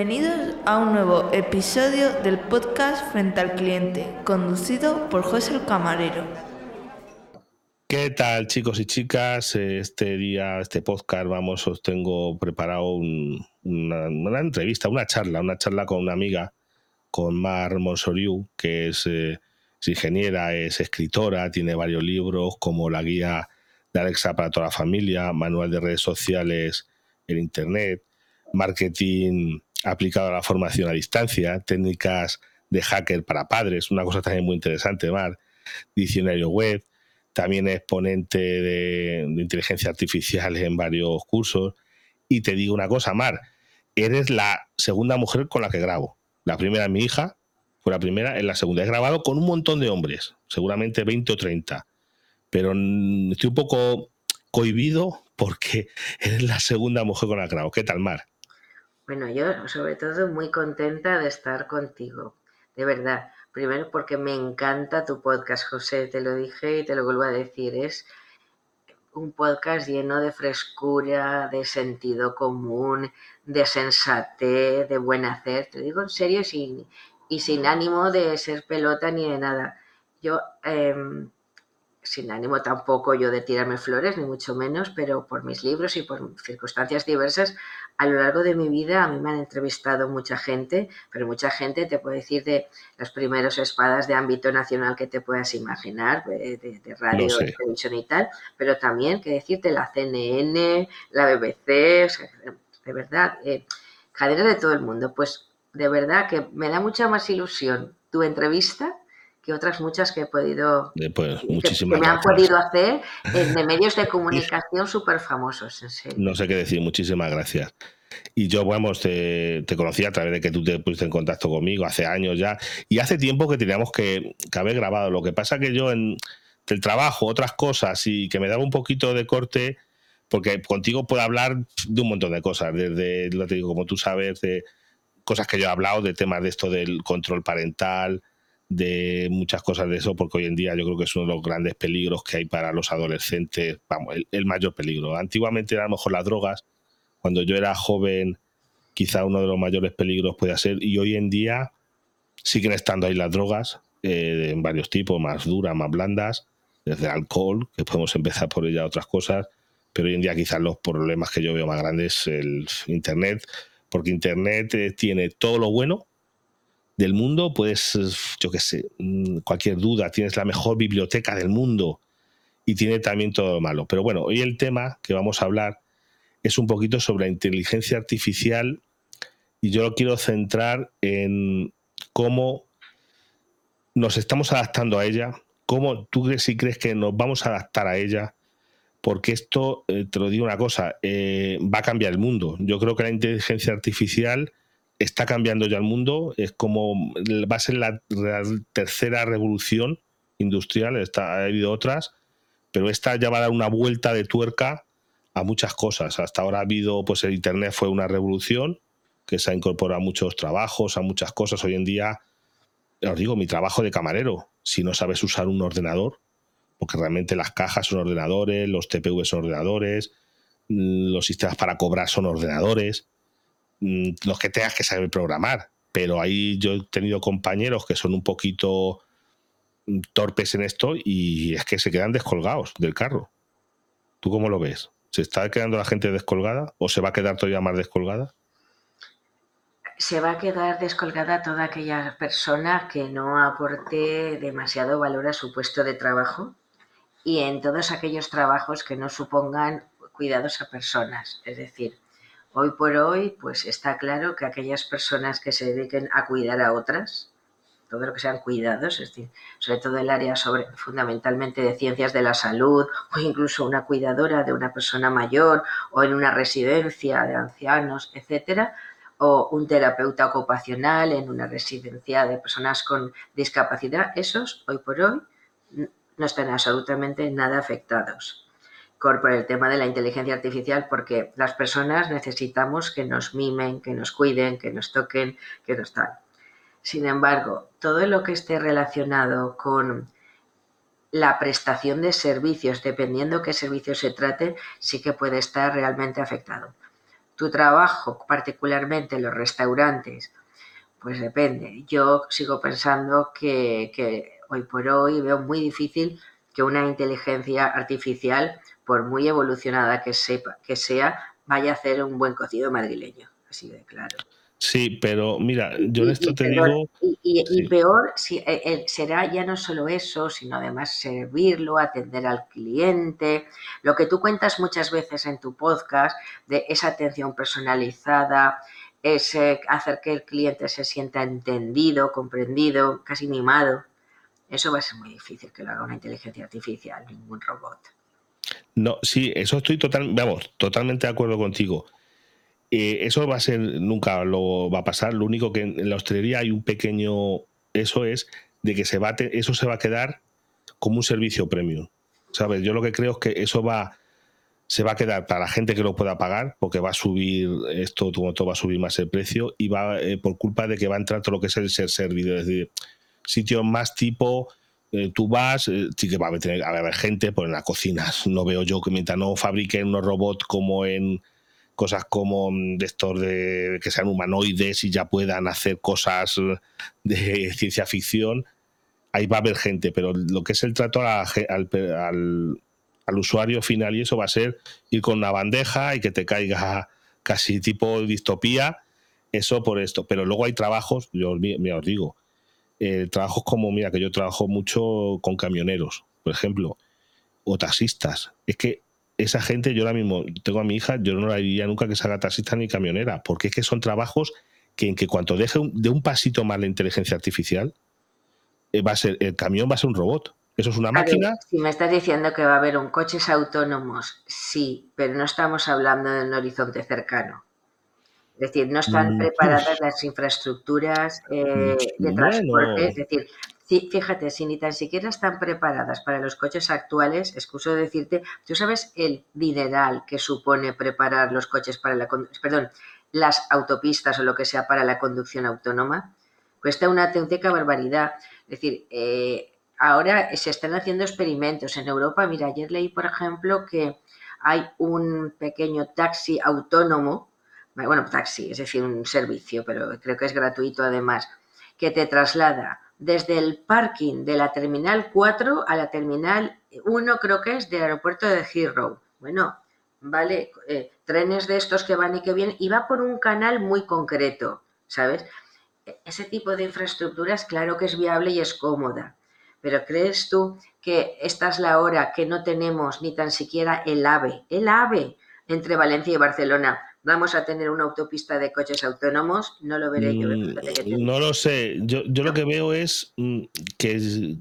Bienvenidos a un nuevo episodio del podcast Frente al Cliente, conducido por José el Camarero. ¿Qué tal, chicos y chicas? Este podcast, os tengo preparado una entrevista, una charla con una amiga, con Mar Monsoriu, que es ingeniera, es escritora, tiene varios libros como La guía de Alexa para toda la familia, Manual de redes sociales en Internet, Marketing aplicado a la formación a distancia, técnicas de hacker para padres, una cosa también muy interesante, Mar, diccionario web. También es ponente de inteligencia artificial en varios cursos. Y te digo una cosa, Mar, eres la segunda mujer con la que grabo. La primera es mi hija, fue la primera, es la segunda. He grabado con un montón de hombres, seguramente 20 o 30. Pero estoy un poco cohibido porque eres la segunda mujer con la que grabo. ¿Qué tal, Mar? Bueno, yo sobre todo muy contenta de estar contigo, de verdad. Primero porque me encanta tu podcast, José, te lo dije y te lo vuelvo a decir, es un podcast lleno de frescura, de sentido común, de sensatez, de buen hacer. Te lo digo en serio y sin ánimo de ser pelota ni de nada. Yo, sin ánimo tampoco yo de tirarme flores, ni mucho menos, pero por mis libros y por circunstancias diversas, a lo largo de mi vida a mí me han entrevistado mucha gente, pero mucha gente te puede decir de los primeros espadas de ámbito nacional que te puedas imaginar, de radio, de televisión y tal, pero también, que decirte, la CNN, la BBC, o sea, de verdad, cadenas de todo el mundo. Pues de verdad que me da mucha más ilusión tu entrevista que otras muchas que he podido, Pues, que me han podido hacer de medios de comunicación súper famosos, en serio. No sé qué decir, muchísimas gracias. Y yo, te conocía a través de que tú te pusiste en contacto conmigo hace años ya, y hace tiempo que teníamos que haber grabado. Lo que pasa que yo en el trabajo, otras cosas, y que me daba un poquito de corte, porque contigo puedo hablar de un montón de cosas, desde, lo te digo, como tú sabes, de cosas que yo he hablado, de temas de esto del control parental, de muchas cosas de eso, porque hoy en día yo creo que es uno de los grandes peligros que hay para los adolescentes, vamos, el mayor peligro. Antiguamente eran a lo mejor las drogas, cuando yo era joven quizá uno de los mayores peligros puede ser, y hoy en día siguen estando ahí las drogas, en varios tipos, más duras, más blandas, desde el alcohol, que podemos empezar por ella, otras cosas, pero hoy en día quizás los problemas que yo veo más grandes es el Internet, porque Internet tiene todo lo bueno del mundo, pues yo qué sé, cualquier duda, tienes la mejor biblioteca del mundo y tiene también todo lo malo. Pero bueno, hoy el tema que vamos a hablar es un poquito sobre la inteligencia artificial y yo lo quiero centrar en cómo nos estamos adaptando a ella, cómo tú si crees que nos vamos a adaptar a ella, porque esto, te lo digo una cosa, va a cambiar el mundo. Yo creo que la inteligencia artificial está cambiando ya el mundo, es como va a ser la tercera revolución industrial, ha habido otras, pero esta ya va a dar una vuelta de tuerca a muchas cosas. Hasta ahora ha habido, pues el Internet fue una revolución que se ha incorporado a muchos trabajos, a muchas cosas. Hoy en día, os digo, mi trabajo de camarero, si no sabes usar un ordenador, porque realmente las cajas son ordenadores, los TPV son ordenadores, los sistemas para cobrar son ordenadores, los que tengas que saber programar. Pero ahí yo he tenido compañeros que son un poquito torpes en esto y es que se quedan descolgados del carro. ¿Tú cómo lo ves? ¿Se está quedando la gente descolgada o se va a quedar todavía más descolgada? Se va a quedar descolgada toda aquella persona que no aporte demasiado valor a su puesto de trabajo y en todos aquellos trabajos que no supongan cuidados a personas. Es decir, hoy por hoy, pues está claro que aquellas personas que se dediquen a cuidar a otras, todo lo que sean cuidados, es decir, sobre todo el área fundamentalmente de ciencias de la salud o incluso una cuidadora de una persona mayor o en una residencia de ancianos, etcétera, o un terapeuta ocupacional en una residencia de personas con discapacidad, esos hoy por hoy no están absolutamente nada afectados por el tema de la inteligencia artificial, porque las personas necesitamos que nos mimen, que nos cuiden, que nos toquen, que nos tal. Sin embargo, todo lo que esté relacionado con la prestación de servicios, dependiendo qué servicio se trate, sí que puede estar realmente afectado. tu trabajo, particularmente en los restaurantes, pues depende. Yo sigo pensando que hoy por hoy veo muy difícil que una inteligencia artificial, por muy evolucionada que sea, vaya a hacer un buen cocido madrileño. Así de claro. Sí, pero mira, yo en esto te Perdón, digo, y sí, peor si será ya no solo eso, sino además servirlo, atender al cliente, lo que tú cuentas muchas veces en tu podcast de esa atención personalizada, ese hacer que el cliente se sienta entendido, comprendido, casi mimado. Eso va a ser muy difícil que lo haga una inteligencia artificial, ningún robot. no, sí, eso estoy totalmente de acuerdo contigo. Eso va a ser, nunca lo va a pasar. Lo único que en la hostelería hay un pequeño, eso es de que eso se va a quedar como un servicio premium. ¿Sabes? Yo lo que creo es que se va a quedar para la gente que lo pueda pagar, porque va a subir esto, como todo va a subir más el precio, y va por culpa de que va a entrar todo lo que es el ser-servido, es decir, sitios más tipo, tú vas, sí que va a haber gente, pues en las cocinas, no veo yo que mientras no fabriquen unos robots como en cosas como de estos de que sean humanoides y ya puedan hacer cosas de ciencia ficción, ahí va a haber gente, pero lo que es el trato al usuario final y eso va a ser ir con una bandeja y que te caiga casi tipo distopía, eso por esto. Pero luego hay trabajos, mira, os digo, trabajos como, mira, que yo trabajo mucho con camioneros, por ejemplo, o taxistas. Es que esa gente, yo ahora mismo tengo a mi hija, yo no la diría nunca que se haga taxista ni camionera, porque es que son trabajos que en que cuando deje de un pasito más la inteligencia artificial, el camión va a ser un robot. Eso es una A ver, máquina. si me estás diciendo que va a haber un coches autónomos, sí, pero no estamos hablando de un horizonte cercano. Es decir, no están preparadas Uf, las infraestructuras de transporte. Es bueno, decir, fíjate, si ni tan siquiera están preparadas para los coches actuales, excuso decirte, tú sabes el dineral que supone preparar los coches para las autopistas o lo que sea para la conducción autónoma. Cuesta una auténtica barbaridad. Es decir, ahora se están haciendo experimentos en Europa. Mira, ayer leí, por ejemplo, que hay un pequeño taxi autónomo, bueno, taxi, es decir, un servicio, pero creo que es gratuito además, que te traslada desde el parking de la Terminal 4 a la Terminal 1, creo que es, del aeropuerto de Heathrow. Bueno, vale, trenes de estos que van y que vienen, y va por un canal muy concreto, ¿sabes? Ese tipo de infraestructuras, claro que es viable y es cómoda, pero ¿crees tú que esta es la hora que no tenemos ni tan siquiera el AVE entre Valencia y Barcelona? ¿Vamos a tener una autopista de coches autónomos? No lo veré yo, fíjate que te digo. no lo sé. Yo lo que veo es que,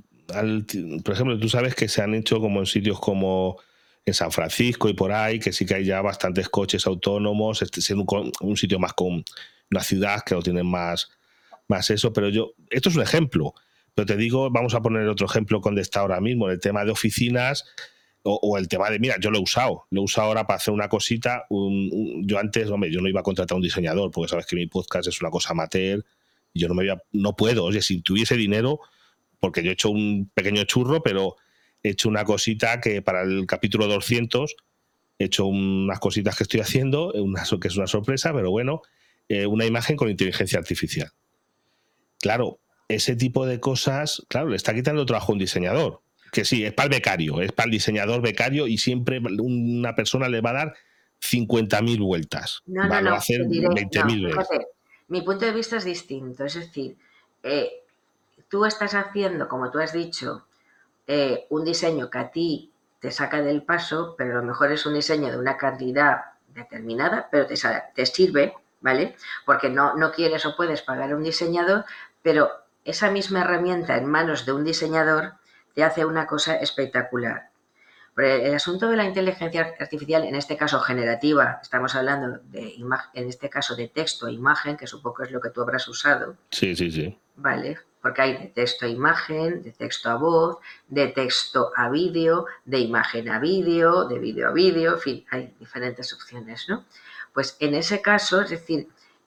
por ejemplo, tú sabes que se han hecho como en sitios como en San Francisco y por ahí, que sí que hay ya bastantes coches autónomos, siendo un sitio más con una ciudad que lo tienen más eso, pero esto es un ejemplo. Pero te digo, vamos a poner otro ejemplo con de está ahora mismo, el tema de oficinas o el tema de, mira, yo lo he usado ahora para hacer una cosita. Yo antes, hombre, yo no iba a contratar a un diseñador, porque sabes que mi podcast es una cosa amateur, y yo no puedo, oye, si tuviese dinero, porque yo he hecho un pequeño churro, pero he hecho una cosita que para el capítulo 200 he hecho unas cositas que estoy haciendo, que es una sorpresa, pero bueno, una imagen con inteligencia artificial. Claro, ese tipo de cosas, claro, le está quitando trabajo a un diseñador. Que sí, es para el becario, es para el diseñador becario y siempre una persona le va a dar 50.000 vueltas. No, no, Lo va a no, hacer te diré, no, 20.000 veces. fíjate, mi punto de vista es distinto. Es decir, tú estás haciendo, como tú has dicho, un diseño que a ti te saca del paso, pero a lo mejor es un diseño de una cantidad determinada, pero te sirve, ¿vale? Porque no quieres o puedes pagar a un diseñador, pero esa misma herramienta en manos de un diseñador te hace una cosa espectacular. Pero el asunto de la inteligencia artificial, en este caso generativa, estamos hablando en este caso de texto e imagen, que supongo es lo que tú habrás usado, Sí, sí, sí. ¿vale? Porque hay de texto a imagen, de texto a voz, de texto a vídeo, de imagen a vídeo, de vídeo a vídeo, en fin, hay diferentes opciones, ¿no? Pues en ese caso, es decir,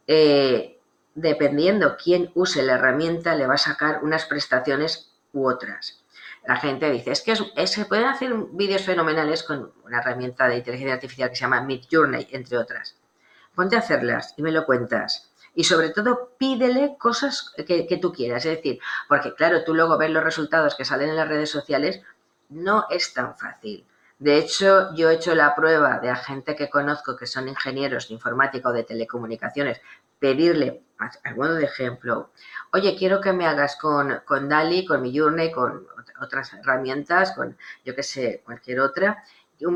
dependiendo quién use la herramienta, le va a sacar unas prestaciones u otras. La gente dice, es que se pueden hacer vídeos fenomenales con una herramienta de inteligencia artificial que se llama Midjourney, entre otras. ponte a hacerlas y me lo cuentas. Y sobre todo, pídele cosas que tú quieras. Es decir, porque claro, tú luego ves los resultados que salen en las redes sociales, no es tan fácil. De hecho, yo he hecho la prueba de a gente que conozco que son ingenieros de informática o de telecomunicaciones, pedirle, a modo de ejemplo, oye, quiero que me hagas con DALL-E, con Midjourney, con otras herramientas, con yo qué sé, cualquier otra,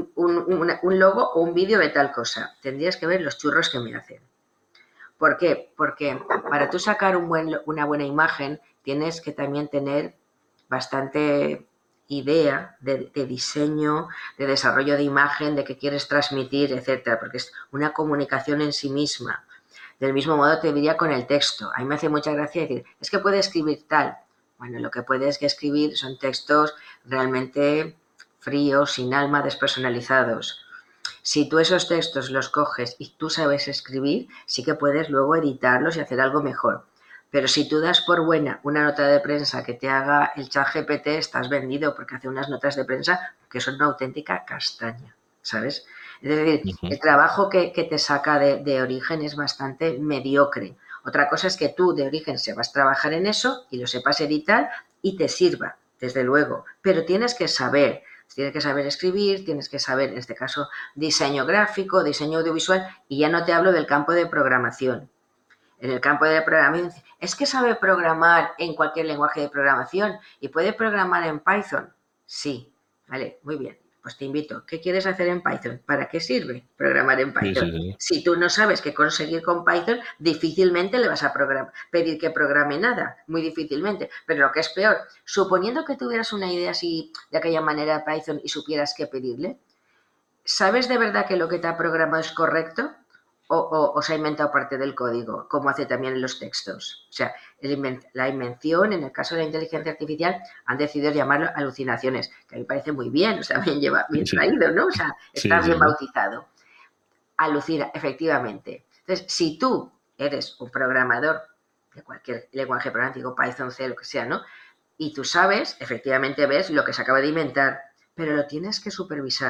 un logo o un vídeo de tal cosa. Tendrías que ver los churros que me hacen. ¿Por qué? Porque para tú sacar una buena imagen tienes que también tener bastante idea de diseño, de desarrollo de imagen, de qué quieres transmitir, etcétera, porque es una comunicación en sí misma. Del mismo modo te diría con el texto. A mí me hace mucha gracia decir, es que puede escribir tal. Bueno, lo que puedes escribir son textos realmente fríos, sin alma, despersonalizados. Si tú esos textos los coges y tú sabes escribir, sí que puedes luego editarlos y hacer algo mejor. Pero si tú das por buena una nota de prensa que te haga el ChatGPT, estás vendido porque hace unas notas de prensa que son una auténtica castaña, ¿sabes? Es decir, el trabajo que te saca de origen es bastante mediocre. Otra cosa es que tú de origen sepas trabajar en eso y lo sepas editar y te sirva, desde luego. Pero tienes que saber escribir, tienes que saber, en este caso, diseño gráfico, diseño audiovisual, y ya no te hablo del campo de programación. En el campo de programación, es que sabe programar en cualquier lenguaje de programación y puede programar en Python. Sí, vale, muy bien. Pues te invito. ¿Qué quieres hacer en Python? ¿Para qué sirve programar en Python? Sí. Si tú no sabes qué conseguir con Python, difícilmente le vas a pedir que programe nada, muy difícilmente. Pero lo que es peor, suponiendo que tuvieras una idea así de aquella manera de Python y supieras qué pedirle, ¿sabes de verdad que lo que te ha programado es correcto? ¿O se ha inventado parte del código, como hace también en los textos? O sea, la invención, en el caso de la inteligencia artificial, han decidido llamarlo alucinaciones, que a mí me parece muy bien, o sea, bien traído, ¿no? O sea, está bien bautizado. Alucina, efectivamente. Entonces, si tú eres un programador de cualquier lenguaje programático, Python, C, lo que sea, ¿no? Y tú sabes, efectivamente ves lo que se acaba de inventar, pero lo tienes que supervisar.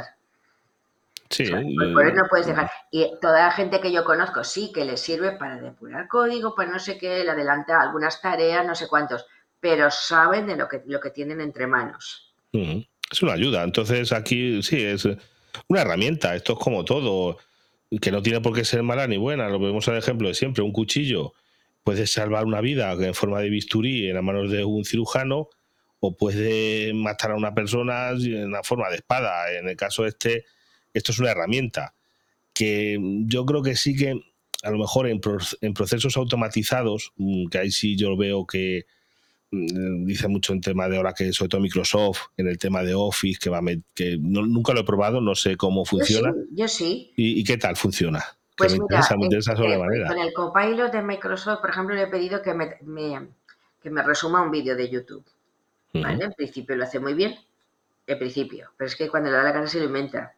Sí. O sea, por eso no puedes dejar. Y toda la gente que yo conozco sí que le sirve para depurar código, para no sé qué, le adelanta algunas tareas, no sé cuántos, pero saben de lo que tienen entre manos. Es una ayuda. Entonces aquí sí, es una herramienta. Esto es como todo, que no tiene por qué ser mala ni buena. Lo vemos al ejemplo de siempre. Un cuchillo puede salvar una vida en forma de bisturí en las manos de un cirujano, o puede matar a una persona en la forma de espada. En el caso esto es una herramienta que yo creo que sí que a lo mejor en procesos automatizados, que ahí sí yo veo que dice mucho en tema de ahora que sobre todo Microsoft, en el tema de Office, que nunca lo he probado, no sé cómo funciona. Yo sí. ¿Y qué tal funciona? Pues que me interesa sobremanera. con el Copilot de Microsoft, por ejemplo, le he pedido que me resuma un vídeo de YouTube. ¿Vale? En principio lo hace muy bien, en principio, pero es que cuando le da la gana se lo inventa.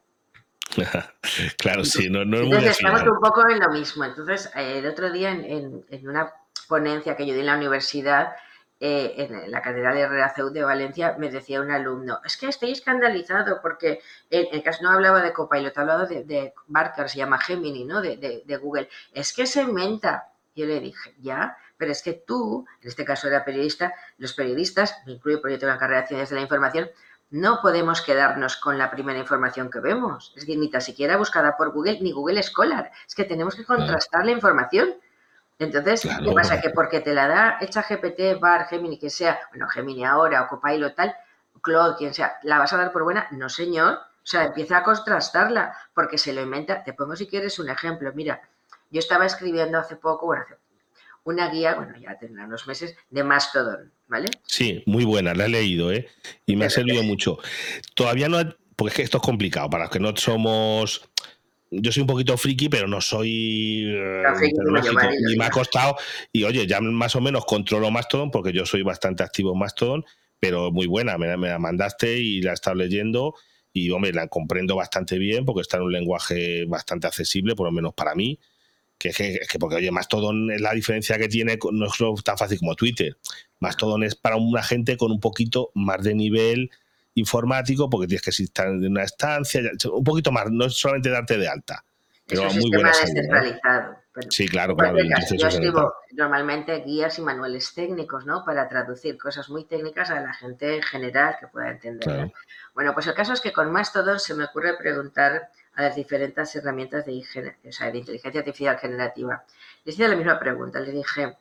Claro, entonces, sí, no es muy entonces estamos un poco en lo mismo. Entonces, el otro día en una ponencia que yo di en la universidad, en la Catedral de Reaceud de Valencia, me decía un alumno, es que estoy escandalizado porque en el caso no hablaba de Copilot, hablaba de Barker, se llama Gemini, ¿no? de Google. Es que se inventa. Yo le dije, ya, pero es que tú, en este caso era periodista, los periodistas, me incluyo porque yo tengo una carrera de ciencias de la información, no podemos quedarnos con la primera información que vemos. Es decir, ni tan siquiera buscada por Google, ni Google Scholar. Es que tenemos que contrastar la información. Entonces, ¿qué pasa? Que porque te la da hecha GPT, Bar, Gemini, que sea, bueno, Gemini ahora o Copilot tal, Claude, quien sea, ¿la vas a dar por buena? No, señor. O sea, empieza a contrastarla porque se lo inventa. Te pongo si quieres un ejemplo. Mira, yo estaba escribiendo hace poco, una guía, bueno, ya tendrá unos meses, de Mastodon, ¿vale? Sí, muy buena, la he leído, ¿eh? Y me ha servido mucho. Todavía no, porque es que esto es complicado, para los que no somos... Yo soy un poquito friki, pero no soy tecnológico, ni me ha costado. Y oye, ya más o menos controlo Mastodon, porque yo soy bastante activo en Mastodon, pero muy buena, me la mandaste y la he estado leyendo, y hombre, la comprendo bastante bien, porque está en un lenguaje bastante accesible, por lo menos para mí. Que porque, oye, Mastodon es la diferencia que tiene, no es tan fácil como Twitter. Mastodon es para una gente con un poquito más de nivel informático, porque tienes que estar en una estancia, un poquito más, no es solamente darte de alta. Es pero un a muy sistema buena salida, ¿eh? descentralizado. Pero Sí, claro, en claro, cualquier y caso, entonces yo eso se nota. escribo normalmente guías y manuales técnicos, ¿no? Para traducir cosas muy técnicas a la gente en general que pueda entenderlas. Claro. Bueno, pues el caso es que con Mastodon se me ocurre preguntar a las diferentes herramientas de inteligencia artificial generativa. Les hice la misma pregunta, les dije,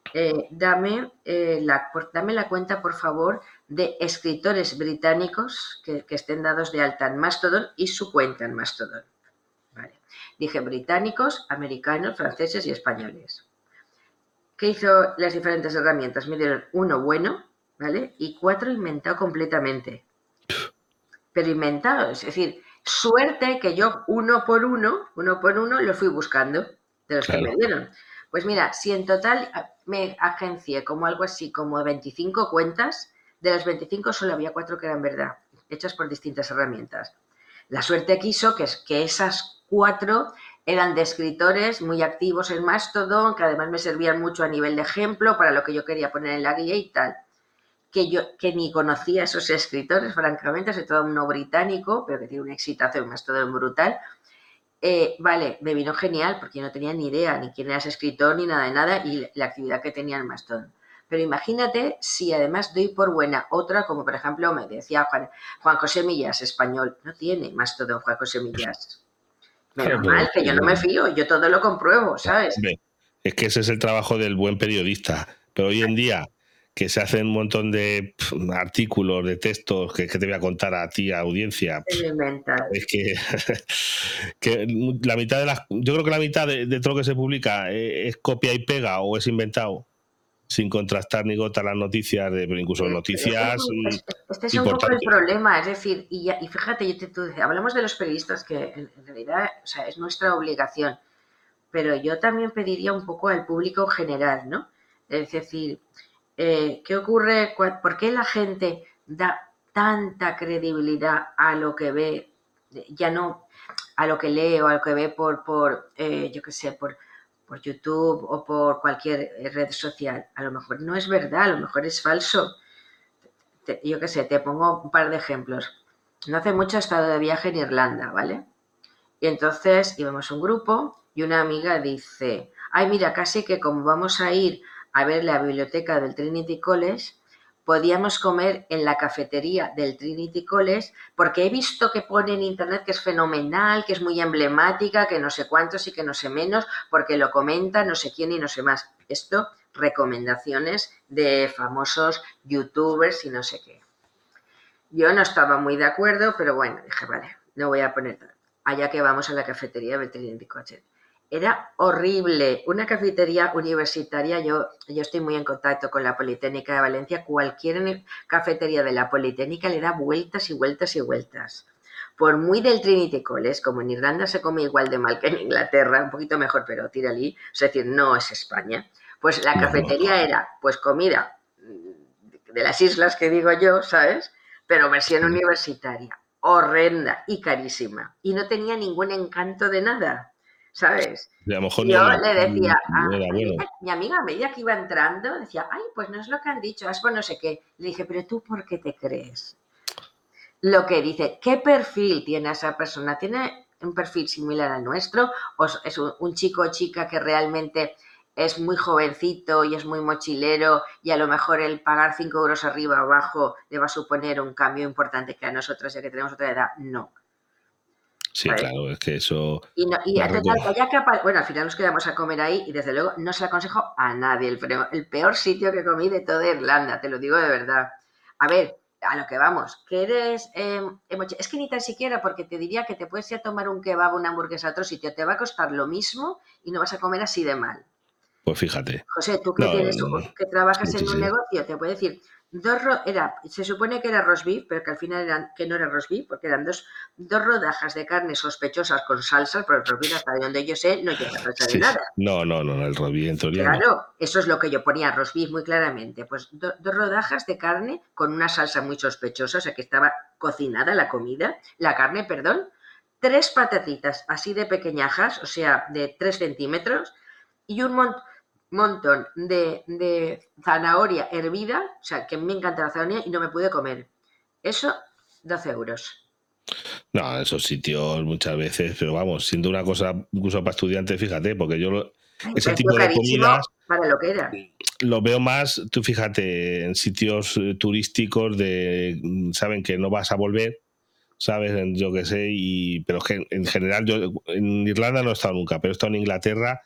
dame la cuenta, por favor, de escritores británicos que estén dados de alta en Mastodon y su cuenta en Mastodon. Vale. Dije británicos, americanos, franceses y españoles. ¿Qué hizo las diferentes herramientas? Me dieron uno bueno, ¿vale? Y 4 inventado completamente. Pero inventado, es decir, suerte que yo uno por uno lo fui buscando de los que me Claro. dieron. Pues mira, si en total me agencié como algo así como 25 cuentas, de las 25 solo había 4 que eran verdad, hechas por distintas herramientas. La suerte quiso que esas 4 eran de escritores muy activos en Mastodon, que además me servían mucho a nivel de ejemplo para lo que yo quería poner en la guía y tal. Que ni conocía a esos escritores, francamente, sobre todo uno británico, pero que tiene un exitazo en Mastodon brutal. Vale, me vino genial porque yo no tenía ni idea ni quién era ese escritor ni nada de nada y la actividad que tenía en Mastodon. Pero imagínate si además doy por buena otra, como por ejemplo me decía Juan José Millas, español. No tiene Mastodon Juan José Millas. Claro, Menos pero mal, que yo no me fío, yo todo lo compruebo, ¿sabes? hombre, es que ese es el trabajo del buen periodista. Pero hoy en día, que se hacen un montón de artículos, de textos, que te voy a contar a ti, a audiencia, Se lo inventan. es que, que la mitad de las. Yo creo que la mitad de todo lo que se publica es copia y pega o es inventado, sin contrastar ni gota las noticias, pero incluso noticias Este es un poco el importantes. problema, es decir, y fíjate, hablamos de los periodistas que en realidad, o sea, es nuestra obligación, pero yo también pediría un poco al público general, ¿no? Es decir, ¿qué ocurre? ¿Por qué la gente da tanta credibilidad a lo que ve, ya no a lo que lee o a lo que ve por yo qué sé, por YouTube o por cualquier red social? A lo mejor no es verdad, a lo mejor es falso. Yo qué sé, te pongo un par de ejemplos. No hace mucho he estado de viaje en Irlanda, ¿vale? Y entonces íbamos un grupo y una amiga dice, ay, mira, casi que como vamos a ir a ver la biblioteca del Trinity College, podíamos comer en la cafetería del Trinity College porque he visto que pone en internet que es fenomenal, que es muy emblemática, que no sé cuántos y que no sé menos, porque lo comenta no sé quién y no sé más. Esto, recomendaciones de famosos youtubers y no sé qué. Yo no estaba muy de acuerdo, pero bueno, dije, vale, no voy a poner tal. Allá que vamos a la cafetería de Trinity College. Era horrible, una cafetería universitaria. Yo estoy muy en contacto con la Politécnica de Valencia. Cualquier cafetería de la Politécnica le da vueltas y vueltas y vueltas. Por muy del Trinity College, como en Irlanda se come igual de mal que en Inglaterra, un poquito mejor, pero tíralí, es decir, no es España. Pues la cafetería era, pues comida de las islas que digo yo, ¿sabes? Pero versión universitaria, horrenda y carísima. Y no tenía ningún encanto de nada, ¿sabes? A lo mejor Yo le decía, era bueno. mi amiga a medida que iba entrando, decía, ay, pues no es lo que han dicho, es por no sé qué. Le dije, pero tú, ¿por qué te crees? Lo que dice, ¿qué perfil tiene esa persona? ¿Tiene un perfil similar al nuestro? ¿O es un chico o chica que realmente es muy jovencito y es muy mochilero y a lo mejor el pagar 5 euros arriba o abajo le va a suponer un cambio importante que a nosotros, ya que tenemos otra edad? No. Sí, ¿Sabes? claro, es que eso. Y total, bueno, al final nos quedamos a comer ahí y desde luego no se lo aconsejo a nadie. El peor sitio que comí de toda Irlanda, te lo digo de verdad. A ver, a lo que vamos, que eres es que ni tan siquiera, porque te diría que te puedes ir a tomar un kebab o una hamburguesa a otro sitio, te va a costar lo mismo y no vas a comer así de mal. Pues fíjate. José, tú No, que trabajas sí, sí, en un sí. negocio, te puedo decir, se supone que era roast beef, pero que al final que no era roast beef, porque eran dos rodajas de carne sospechosas con salsa, pero el roast beef, hasta donde yo sé, no lleva salsa de Sí. nada. No, el Robbie en teoría no. Claro, eso es lo que yo ponía, roast beef muy claramente. Pues dos rodajas de carne con una salsa muy sospechosa, o sea que estaba cocinada la carne, perdón. 3 patatitas así de pequeñajas, o sea, de 3 centímetros, y un montón de zanahoria hervida, o sea, que me encanta la zanahoria y no me pude comer. Eso, 12 euros. No, esos sitios muchas veces, pero vamos, siendo una cosa incluso para estudiantes, fíjate, porque Ay, me ese pareció tipo de carísimo comidas para lo que era. lo veo más, tú fíjate, en sitios turísticos saben que no vas a volver, ¿sabes? Yo qué sé, pero es que en general yo en Irlanda no he estado nunca, pero he estado en Inglaterra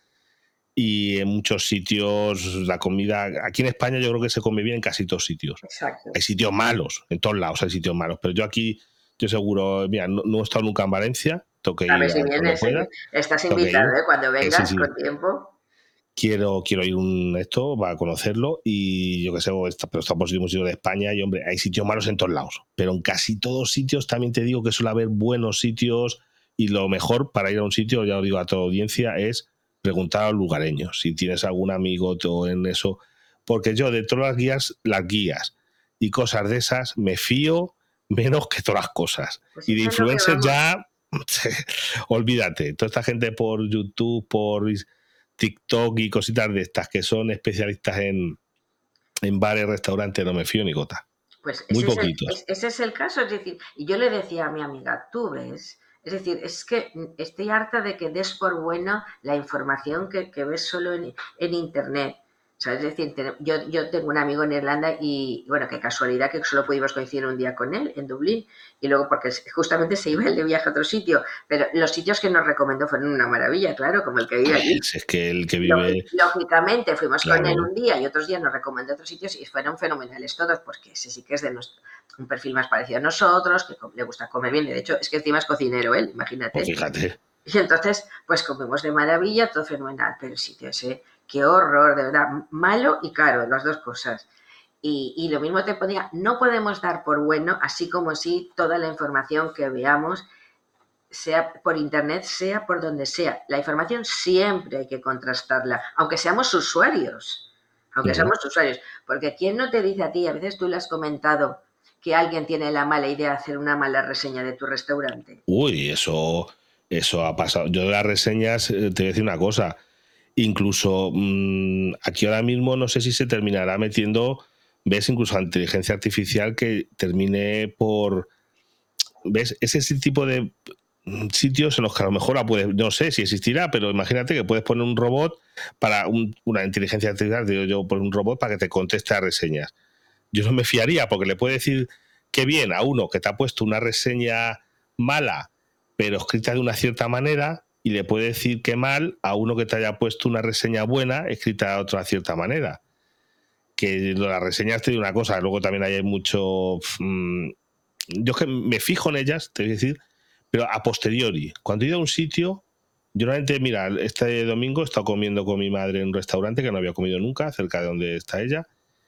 y en muchos sitios la comida, aquí en España yo creo que se come bien en casi todos sitios. Exacto. Hay sitios malos, en todos lados hay sitios malos, pero yo aquí, yo seguro, mira, no he estado nunca en Valencia, tengo que A ver ir si cuando vienes, pueda, estás tengo que ir, invitado, ¿eh? Cuando que sí, vengas sí, con tiempo. quiero ir esto para conocerlo y yo qué sé, pero estamos en un sitio de España y hombre, hay sitios malos en todos lados, pero en casi todos sitios también te digo que suele haber buenos sitios y lo mejor para ir a un sitio, ya lo digo a toda audiencia, es preguntar a los lugareños, si tienes algún amigo en eso, porque yo de todas las guías y cosas de esas me fío menos que todas las cosas. Pues Y de eso es lo que influencers vamos. ya, olvídate, toda esta gente por YouTube, por TikTok y cositas de estas que son especialistas en bares, restaurantes, no me fío ni gota. Pues Muy poquitos. ese es el caso, es decir, y yo le decía a mi amiga, tú ves, es decir, es que estoy harta de que des por bueno la información que ves solo en Internet. O sea, es decir, yo tengo un amigo en Irlanda y, bueno, qué casualidad que solo pudimos coincidir un día con él en Dublín y luego porque justamente se iba él de viaje a otro sitio, pero los sitios que nos recomendó fueron una maravilla, claro, como el que vive allí. Si es que el que vive, Lógicamente fuimos con él claro, un día y otros días nos recomendó otros sitios y fueron fenomenales todos, porque ese sí que es de un perfil más parecido a nosotros, que le gusta comer bien, de hecho es que encima es cocinero él, pues imagínate. fíjate. Y entonces pues comimos de maravilla, todo fenomenal, pero el sitio ese, qué horror, de verdad, malo y caro, las dos cosas. Y lo mismo te ponía, no podemos dar por bueno, así como si toda la información que veamos sea por internet, sea por donde sea. La información siempre hay que contrastarla, aunque seamos usuarios. Aunque Ujú. seamos usuarios. Porque ¿quién no te dice a ti, a veces tú le has comentado que alguien tiene la mala idea de hacer una mala reseña de tu restaurante? Uy, eso ha pasado. Yo de las reseñas, te voy a decir una cosa. Incluso aquí ahora mismo no sé si se terminará metiendo, ves, incluso a inteligencia artificial que termine por, ves, ese tipo de sitios en los que a lo mejor no sé si existirá, pero imagínate que puedes poner un robot para una inteligencia artificial, digo yo, por un robot para que te conteste a reseñas. Yo no me fiaría porque le puede decir que bien a uno que te ha puesto una reseña mala, pero escrita de una cierta manera, y le puede decir que mal a uno que te haya puesto una reseña buena, escrita de otra cierta manera. Que las reseñas te digo una cosa, luego también hay mucho... yo es que me fijo en ellas, te voy a decir, pero a posteriori. Cuando he ido a un sitio, yo normalmente, mira, este domingo he estado comiendo con mi madre en un restaurante que no había comido nunca, cerca de donde está ella,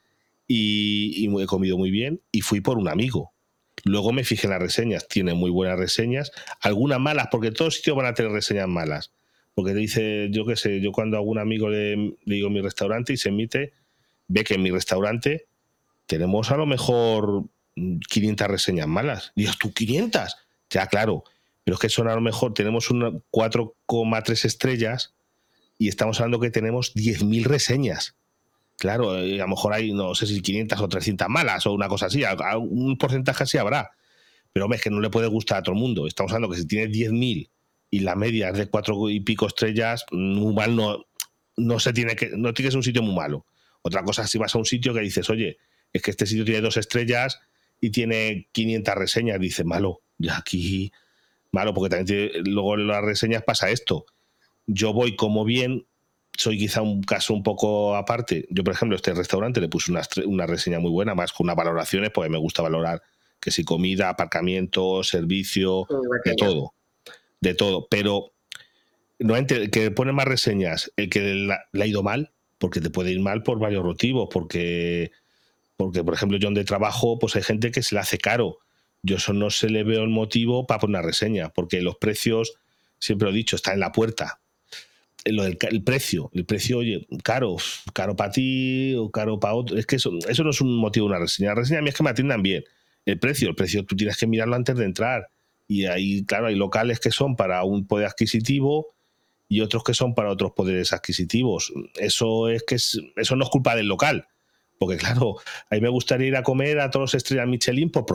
y he comido muy bien, y fui por un amigo. Luego me fijé en las reseñas, tiene muy buenas reseñas, algunas malas, porque todos sitios van a tener reseñas malas. Porque te dice, yo qué sé, yo cuando a algún amigo le digo mi restaurante y se emite, ve que en mi restaurante tenemos a lo mejor 500 reseñas malas. Dios, ¿tú 500? Ya, claro, pero es que son a lo mejor, tenemos una 4,3 estrellas y estamos hablando que tenemos 10.000 reseñas. Claro, a lo mejor hay, no sé si 500 o 300 malas o una cosa así, un porcentaje así habrá. Pero hombre, es que no le puede gustar a todo el mundo. Estamos hablando que si tienes 10.000 y la media es de 4 y pico estrellas, muy mal no tiene que ser un sitio muy malo. Otra cosa es si vas a un sitio que dices, oye, es que este sitio tiene 2 estrellas y tiene 500 reseñas, dices, malo, ya aquí, malo, porque también luego en las reseñas pasa esto. Yo voy como bien, soy quizá un caso un poco aparte. Yo, por ejemplo, a este restaurante le puse una reseña muy buena, más con unas valoraciones, porque me gusta valorar que si comida, aparcamiento, servicio, Igual que de yo. todo, de todo. Pero no que pone más reseñas, el que le ha ido mal, porque te puede ir mal por varios motivos, porque por ejemplo, yo donde trabajo, pues hay gente que se le hace caro. Yo eso no se le veo el motivo para poner una reseña, porque los precios, siempre lo he dicho, están en la puerta. El precio, oye, caro para ti o caro para otro, es que eso no es un motivo de una reseña. La reseña a mí es que me atiendan bien. El precio tú tienes que mirarlo antes de entrar. Y ahí, claro, hay locales que son para un poder adquisitivo y otros que son para otros poderes adquisitivos. Eso no es culpa del local, porque claro, a mí me gustaría ir a comer a todos los estrellas Michelin por probar.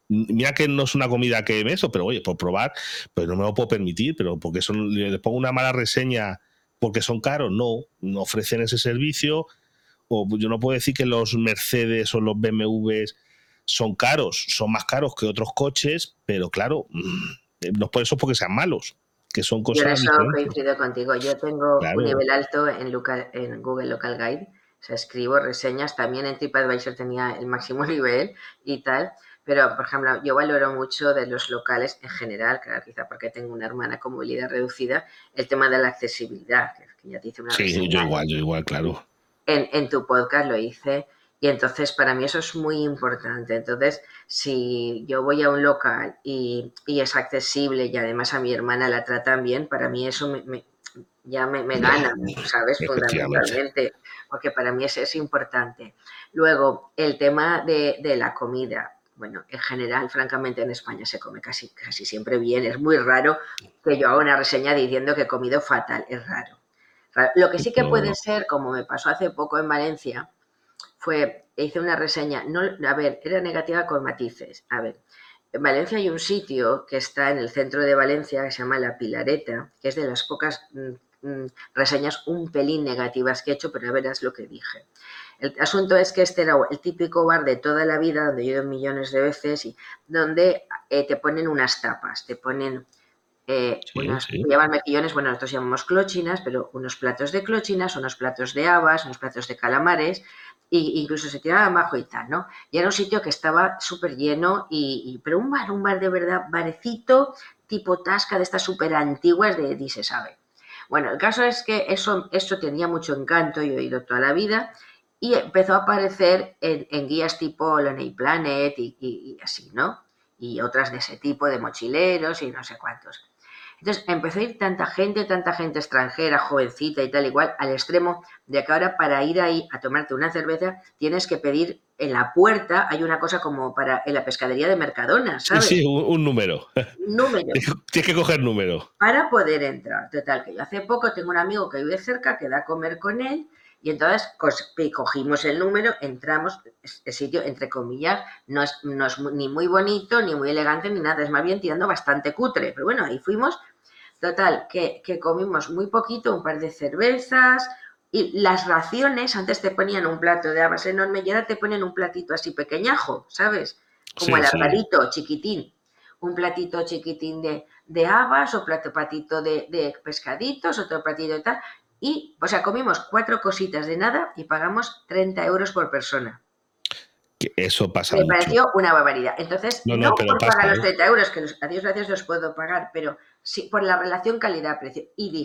Mira que no es una comida que me eso, pero oye, por probar, pues no me lo puedo permitir, pero porque le pongo una mala reseña porque son caros, no ofrecen ese servicio. O yo no puedo decir que los Mercedes o los BMWs son caros, son más caros que otros coches, pero claro, no es por eso porque sean malos, que son Yo en cosas eso diferentes. coincido contigo. Yo tengo un Claro. nivel alto en Google Local Guide. O sea, escribo reseñas. También en TripAdvisor tenía el máximo nivel y tal. Pero, por ejemplo, yo valoro mucho de los locales en general, claro, quizá porque tengo una hermana con movilidad reducida, el tema de la accesibilidad, que ya te hice una Sí, reseña yo igual, claro. en tu podcast, lo hice. Y entonces para mí eso es muy importante. Entonces, si yo voy a un local y es accesible y además a mi hermana la tratan bien, para mí eso ya me gana, ¿sabes? Efectivamente. Fundamentalmente, porque para mí es importante. Luego, el tema de la comida. Bueno, en general, francamente, en España se come casi siempre bien. Es muy raro que yo haga una reseña diciendo que he comido fatal. Es raro. Lo que sí que puede No, ser, como me pasó hace poco en Valencia, hice una reseña, no, a ver, era negativa con matices. A ver, en Valencia hay un sitio que está en el centro de Valencia que se llama La Pilareta, que es de las pocas reseñas un pelín negativas que he hecho, pero verás lo que dije. El asunto es que este era el típico bar de toda la vida, donde yo he ido millones de veces y donde te ponen unas tapas, te ponen sí, sí. se llaman mejillones, bueno, nosotros llamamos clochinas, pero unos platos de clochinas, unos platos de habas, unos platos de calamares, e incluso se tiraba majo y tal, ¿no? Y era un sitio que estaba súper lleno, pero un bar de verdad, barecito, tipo tasca de estas súper antiguas de ni se sabe. Bueno, el caso es que eso tenía mucho encanto, yo he ido toda la vida, y empezó a aparecer en guías tipo Lonely Planet y así, ¿no? Y otras de ese tipo, de mochileros y no sé cuántos. Entonces empezó a ir tanta gente extranjera, jovencita y tal igual, al extremo de que ahora para ir ahí a tomarte una cerveza tienes que pedir en la puerta, hay una cosa como en la pescadería de Mercadona, Sí, ¿sabes? sí, un número. Un número Tienes que coger número. para poder entrar. Total, que yo hace poco tengo un amigo que vive cerca, que da a comer con él, y entonces cogimos el número, entramos, el sitio, entre comillas, no es ni muy bonito, ni muy elegante, ni nada, es más bien tirando bastante cutre, pero bueno, ahí fuimos. Total, que comimos muy poquito, un par de cervezas, y las raciones, antes te ponían un plato de habas enorme y ahora te ponen un platito así pequeñajo, ¿sabes? Como Sí, sí. alargadito, chiquitín. Un platito chiquitín de habas, o platito de pescaditos, otro platito de tal. Y, o sea, comimos 4 cositas de nada y pagamos 30 euros por persona. Que eso pasa Me mucho. pareció una barbaridad. Entonces, No, no pero por pagar pasa, los ¿eh? 30 euros, que a Dios gracias los puedo pagar, pero sí por la relación calidad-precio.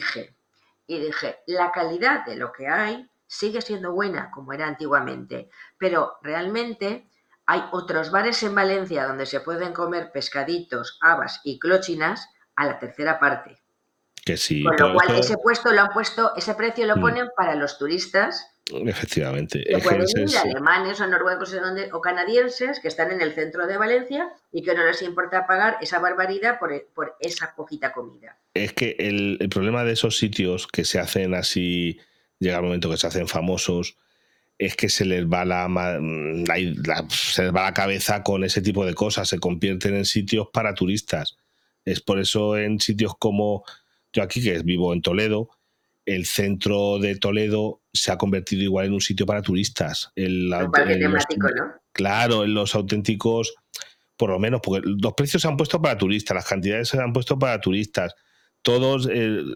Y dije, la calidad de lo que hay sigue siendo buena, como era antiguamente, pero realmente hay otros bares en Valencia donde se pueden comer pescaditos, habas y clochinas a la tercera parte. Que sí, Con lo pero cual, eso, ese precio lo ponen para los turistas efectivamente, que es que pueden ese ir, es, alemanes o noruegos o canadienses, que están en el centro de Valencia y que no les importa pagar esa barbaridad por esa poquita comida. es que el problema de esos sitios que se hacen así, llega el momento que se hacen famosos, es que se les va se les va la cabeza con ese tipo de cosas, se convierten en sitios para turistas. Es por eso en sitios como yo aquí, que vivo en Toledo, el centro de Toledo se ha convertido igual en un sitio para turistas. Un parque temático, ¿no? Claro, en los auténticos, por lo menos, porque los precios se han puesto para turistas, las cantidades se han puesto para turistas. Todos,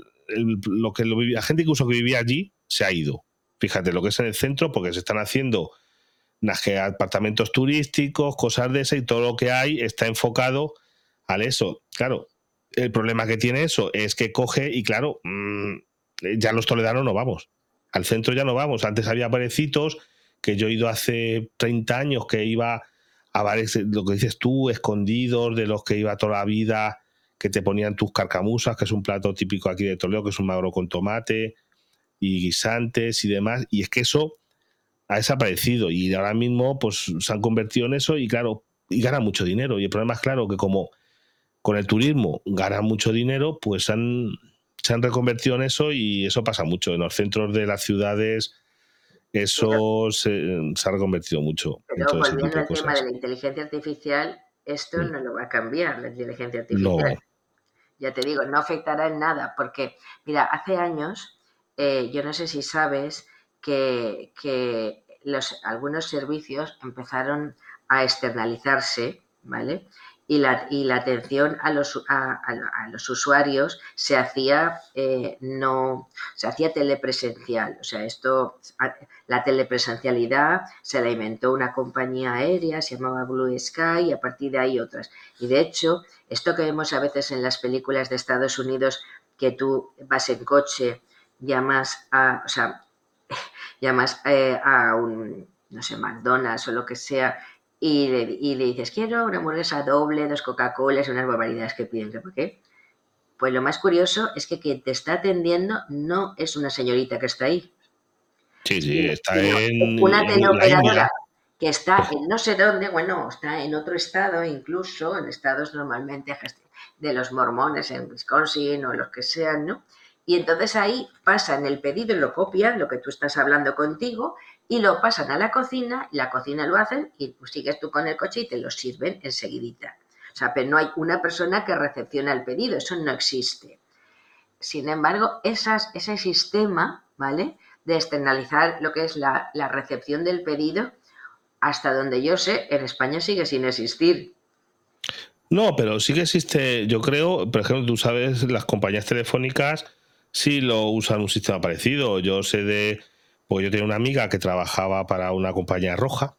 la gente incluso que vivía allí se ha ido. Fíjate, lo que es en el centro, porque se están haciendo apartamentos turísticos, cosas de ese, y todo lo que hay está enfocado a eso. Claro, el problema que tiene eso es que coge y claro, ya los toledanos no vamos. Al centro ya no vamos. Antes había parecitos que yo he ido hace 30 años que iba a bares, lo que dices tú, escondidos, de los que iba toda la vida, que te ponían tus carcamusas, que es un plato típico aquí de Toledo, que es un magro con tomate y guisantes y demás. Y es que eso ha desaparecido y ahora mismo pues se han convertido en eso y claro, y ganan mucho dinero. Y el problema es claro que como con el turismo ganan mucho dinero, pues se han reconvertido en eso y eso pasa mucho. En los centros de las ciudades Pero, eso se ha reconvertido mucho en pero todo ese tipo volviendo de al tema de cosas. la inteligencia artificial, esto no lo va a cambiar la inteligencia No. artificial. Ya te digo, no afectará en nada, porque, mira, hace años, yo no sé si sabes que algunos servicios empezaron a externalizarse, ¿vale? Y la atención a los usuarios se hacía no se hacía telepresencial. O sea, la telepresencialidad se la inventó una compañía aérea, se llamaba Blue Sky, y a partir de ahí otras. Y de hecho, esto que vemos a veces en las películas de Estados Unidos, que tú vas en coche, llamas a un, no sé, McDonald's o lo que sea, y le dices, quiero una hamburguesa doble, 2 Coca-Colas, unas barbaridades que piden, ¿por qué? Pues lo más curioso es que quien te está atendiendo no es una señorita que está ahí, Sí, está sino en una la India. teleoperadora que está en no sé dónde, bueno, está en otro estado, incluso en estados normalmente de los mormones, en Wisconsin o los que sean, ¿no? Y entonces ahí pasan el pedido y lo copian, lo que tú estás hablando contigo, y lo pasan a la cocina lo hacen y pues sigues tú con el coche y te lo sirven enseguidita. O sea, pero no hay una persona que recepciona el pedido, eso no existe. Sin embargo, ese sistema, ¿vale?, de externalizar lo que es la recepción del pedido, hasta donde yo sé, en España sigue sin existir. No, pero sí que existe, yo creo, por ejemplo, tú sabes, las compañías telefónicas sí lo usan un sistema parecido. Yo sé porque yo tenía una amiga que trabajaba para una compañía roja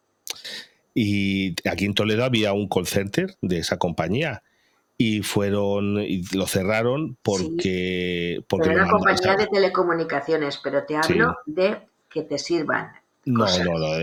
y aquí en Toledo había un call center de esa compañía y lo cerraron Sí, porque pero lo una mandaban. compañía de telecomunicaciones, pero te hablo Sí. de que te sirvan No, cosas. no, no,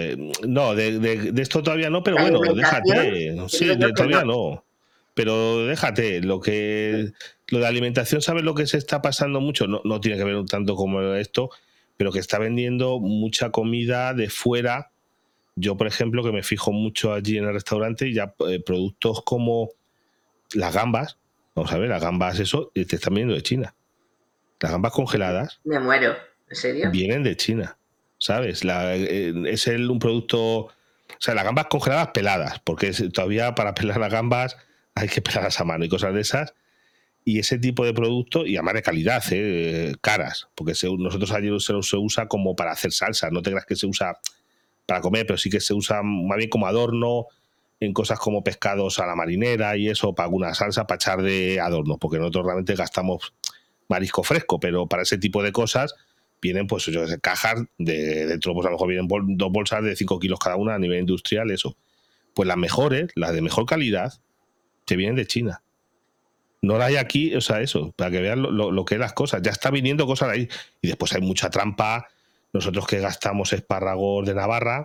de esto todavía no, pero De bueno, alimentación, déjate. te digo Sí, yo que no. todavía no. Pero déjate, lo de alimentación, ¿sabes lo que se está pasando mucho? No, no tiene que ver tanto como esto, pero que está vendiendo mucha comida de fuera. Yo, por ejemplo, que me fijo mucho allí en el restaurante, y ya productos como las gambas, vamos a ver, las gambas, eso, te están viniendo de China. Las gambas congeladas Me muero. ¿En serio? vienen de China, ¿sabes? Un producto, o sea, las gambas congeladas peladas, porque todavía para pelar las gambas hay que pelarlas a mano y cosas de esas. Y ese tipo de producto, y además de calidad, caras, porque nosotros allí se usa como para hacer salsa, no te creas que se usa para comer, pero sí que se usa más bien como adorno en cosas como pescados a la marinera y eso, para alguna salsa, para echar de adorno, porque nosotros realmente gastamos marisco fresco, pero para ese tipo de cosas vienen, pues, yo sé, cajas dentro, pues a lo mejor vienen 2 bolsas de 5 kilos cada una a nivel industrial, eso. Pues las mejores, las de mejor calidad, te vienen de China. No la hay aquí, o sea, eso, para que vean lo que es las cosas. Ya está viniendo cosas de ahí. Y después hay mucha trampa. Nosotros que gastamos espárragos de Navarra,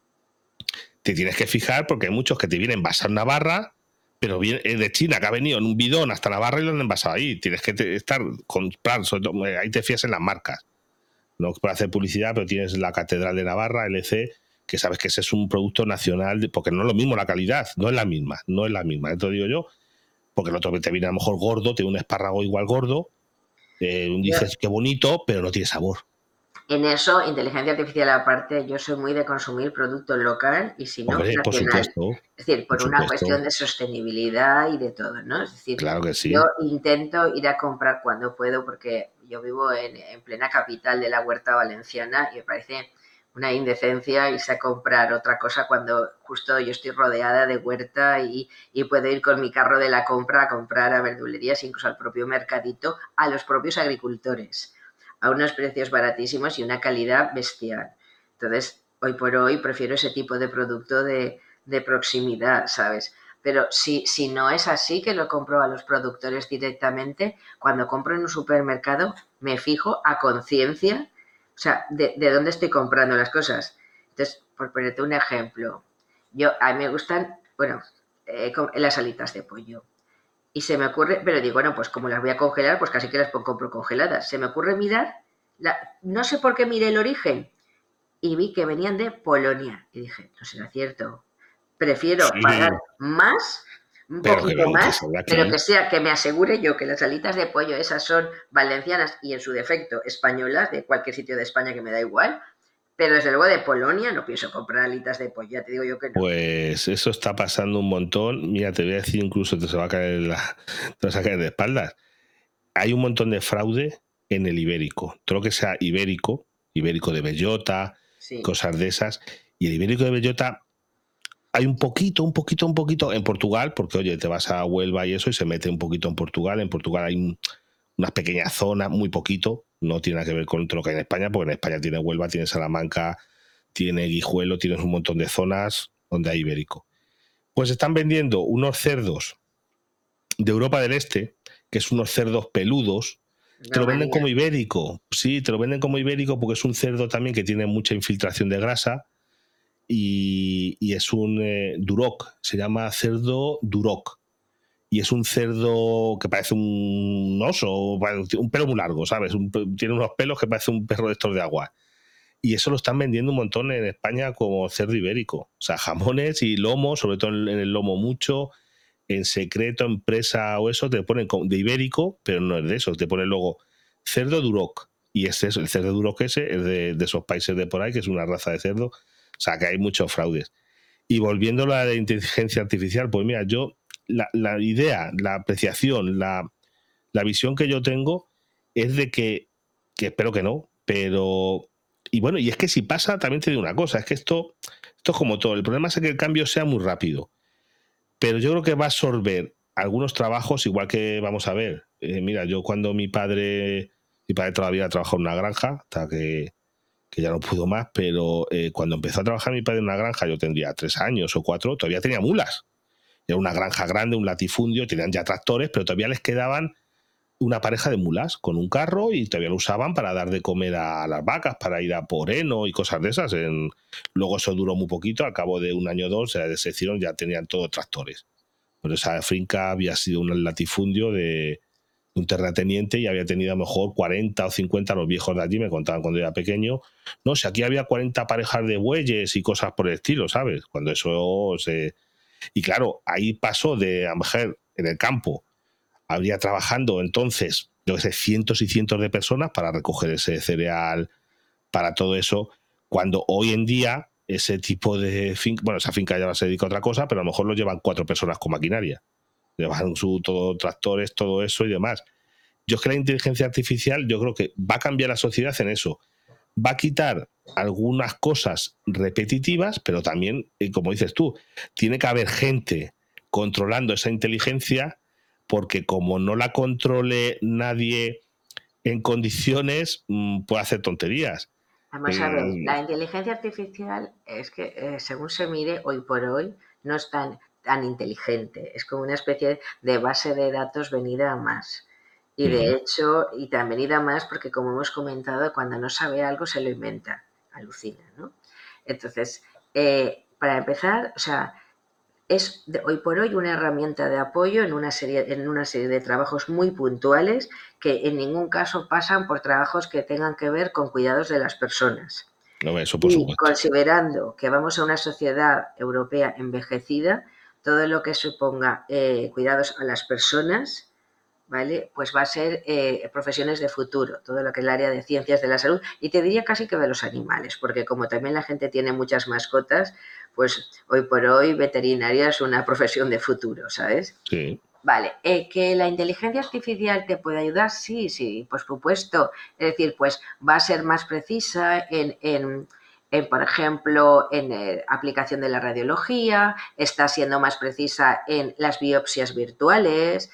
te tienes que fijar porque hay muchos que te vienen envasado en Navarra, pero viene de China, que ha venido en un bidón hasta Navarra y lo han envasado ahí. Tienes que comprar, ahí te fías en las marcas. No para hacer publicidad, pero tienes la Catedral de Navarra, LC, que sabes que ese es un producto nacional, porque no es lo mismo la calidad, no es la misma, esto digo yo, porque el otro te viene a lo mejor gordo, tiene un espárrago igual gordo, Yo, dices qué bonito, pero no tiene sabor. en eso, inteligencia artificial aparte, yo soy muy de consumir producto local y si no, Hombre, por nacional. supuesto, Es decir, por por una cuestión supuesto, de sostenibilidad y de todo, ¿no? Es decir, claro que yo sí. intento ir a comprar cuando puedo porque yo vivo en plena capital de la huerta valenciana y me parece una indecencia irse a comprar otra cosa cuando justo yo estoy rodeada de huerta y puedo ir con mi carro de la compra a comprar a verdulerías, incluso al propio mercadito, a los propios agricultores a unos precios baratísimos y una calidad bestial. Entonces, hoy por hoy prefiero ese tipo de producto de proximidad, ¿sabes? Pero si no es así, que lo compro a los productores directamente, cuando compro en un supermercado me fijo a conciencia, o sea, de dónde estoy comprando las cosas. Entonces, por ponerte un ejemplo, a mí me gustan, bueno, las alitas de pollo. Y se me ocurre, pero digo, bueno, pues como las voy a congelar, pues casi que las compro congeladas. Se me ocurre mirar, no sé por qué miré el origen, y vi que venían de Polonia. Y dije, no será cierto. Prefiero pagar Sí, más, un pero poquito que más, sea de pero que aquí. sea, que me asegure yo que las alitas de pollo esas son valencianas y en su defecto españolas, de cualquier sitio de España que me da igual, Pero desde luego de Polonia no pienso comprar alitas de pollo, ya te digo yo que no. Pues eso está pasando un montón. Mira, te voy a decir, incluso te vas a caer de espaldas. Hay un montón de fraude en el ibérico. Todo lo que sea ibérico de bellota, Sí. cosas de esas. Y el ibérico de bellota hay un poquito en Portugal, porque oye, te vas a Huelva y eso y se mete un poquito en Portugal. En Portugal hay unas pequeñas zonas, muy poquito, no tiene nada que ver con todo lo que hay en España, porque en España tiene Huelva, tiene Salamanca, tiene Guijuelo, tienes un montón de zonas donde hay ibérico. Pues están vendiendo unos cerdos de Europa del Este, que es unos cerdos peludos, te lo venden como ibérico. Sí, te lo venden como ibérico porque es un cerdo también que tiene mucha infiltración de grasa y es un duroc, se llama cerdo duroc. Y es un cerdo que parece un oso, un pelo muy largo, ¿sabes? Tiene unos pelos que parece un perro de estos de agua. Y eso lo están vendiendo un montón en España como cerdo ibérico. O sea, jamones y lomo, sobre todo en el lomo mucho. En secreto, empresa o eso, te ponen de ibérico, pero no es de eso. Te ponen luego cerdo duroc. Y es eso, el cerdo duroc ese es de esos países de por ahí, que es una raza de cerdo. O sea, que hay muchos fraudes. Y volviendo a la de inteligencia artificial, pues mira, yo, la idea, la apreciación, la visión que yo tengo es de que espero que no, pero... Y bueno, y es que si pasa, también te digo una cosa, es que esto es como todo. El problema es que el cambio sea muy rápido, pero yo creo que va a absorber algunos trabajos, igual que vamos a ver. Mira, yo cuando mi padre todavía trabajó en una granja, hasta que ya no pudo más, pero cuando empezó a trabajar mi padre en una granja, yo tendría 3 años o 4, todavía tenía mulas. Era una granja grande, un latifundio, tenían ya tractores, pero todavía les quedaban una pareja de mulas con un carro y todavía lo usaban para dar de comer a las vacas, para ir a por heno y cosas de esas. Luego eso duró muy poquito, al cabo de un año o dos se deshicieron, ya tenían todos tractores. Pero esa finca había sido un latifundio de un terrateniente y había tenido a lo mejor 40 o 50, los viejos de allí me contaban cuando era pequeño. No, si aquí había 40 parejas de bueyes y cosas por el estilo, ¿sabes? Cuando eso se... Y claro, ahí pasó de a lo mejor en el campo habría trabajando entonces, yo que sé, cientos y cientos de personas para recoger ese cereal, para todo eso, cuando hoy en día ese tipo de finca, bueno, esa finca ya se dedica a otra cosa, pero a lo mejor lo llevan 4 personas con maquinaria. Llevan todo tractores, todo eso y demás. Yo es que la inteligencia artificial, yo creo que va a cambiar la sociedad en eso. Va a quitar algunas cosas repetitivas, pero también, como dices tú, tiene que haber gente controlando esa inteligencia, porque como no la controle nadie en condiciones, puede hacer tonterías. Vamos a ver, la inteligencia artificial es que, según se mire, hoy por hoy no es tan inteligente. Es como una especie de base de datos venida a más. Y de hecho, y tan venida a más porque, como hemos comentado, cuando no sabe algo se lo inventa, alucina, ¿no? Entonces, para empezar, o sea, es hoy por hoy una herramienta de apoyo en una serie de trabajos muy puntuales que en ningún caso pasan por trabajos que tengan que ver con cuidados de las personas. No, eso por Y supuesto. considerando que vamos a una sociedad europea envejecida, todo lo que suponga cuidados a las personas, ¿vale? Pues va a ser profesiones de futuro, todo lo que es el área de ciencias de la salud, y te diría casi que de los animales, porque como también la gente tiene muchas mascotas, pues hoy por hoy veterinaria es una profesión de futuro, ¿sabes? Sí. Vale, que la inteligencia artificial te puede ayudar, sí, por supuesto. Es decir, pues va a ser más precisa por ejemplo, en aplicación de la radiología, está siendo más precisa en las biopsias virtuales,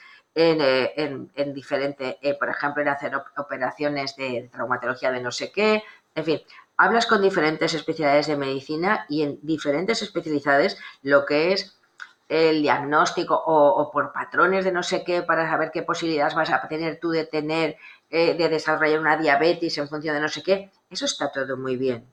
en diferente, por ejemplo, en hacer operaciones de traumatología de no sé qué, en fin, hablas con diferentes especialidades de medicina y en diferentes especialidades lo que es el diagnóstico o por patrones de no sé qué para saber qué posibilidades vas a tener tú de tener, de desarrollar una diabetes en función de no sé qué, eso está todo muy bien.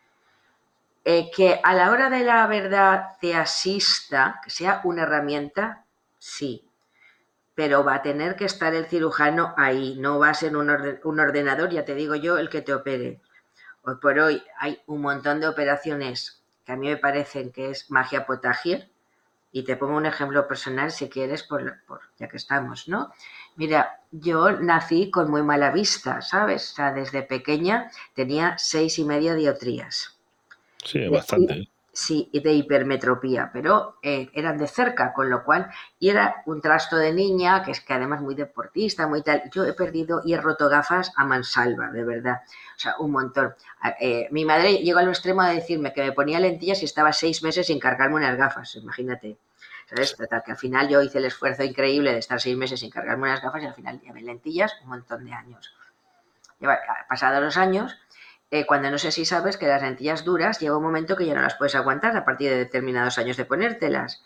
Que a la hora de la verdad te asista, que sea una herramienta, sí, pero va a tener que estar el cirujano ahí, no va a ser un ordenador, ya te digo yo, el que te opere. Hoy por hoy hay un montón de operaciones que a mí me parecen que es magia potagier, y te pongo un ejemplo personal si quieres, ya que estamos, ¿no? Mira, yo nací con muy mala vista, ¿sabes? O sea, desde pequeña tenía 6,5 dioptrías. Sí, es De, bastante. sí, y de hipermetropía, pero eran de cerca, con lo cual, y era un trasto de niña, que es que además muy deportista, muy tal. Yo he perdido y he roto gafas a mansalva, de verdad. O sea, un montón. Mi madre llegó al extremo de decirme que me ponía lentillas y estaba 6 meses sin cargarme unas gafas, imagínate. ¿Sabes? Total, que al final yo hice el esfuerzo increíble de estar 6 meses sin cargarme unas gafas y al final llevé lentillas un montón de años. Pasados los años, cuando no sé si sabes que las lentillas duras llega un momento que ya no las puedes aguantar a partir de determinados años de ponértelas.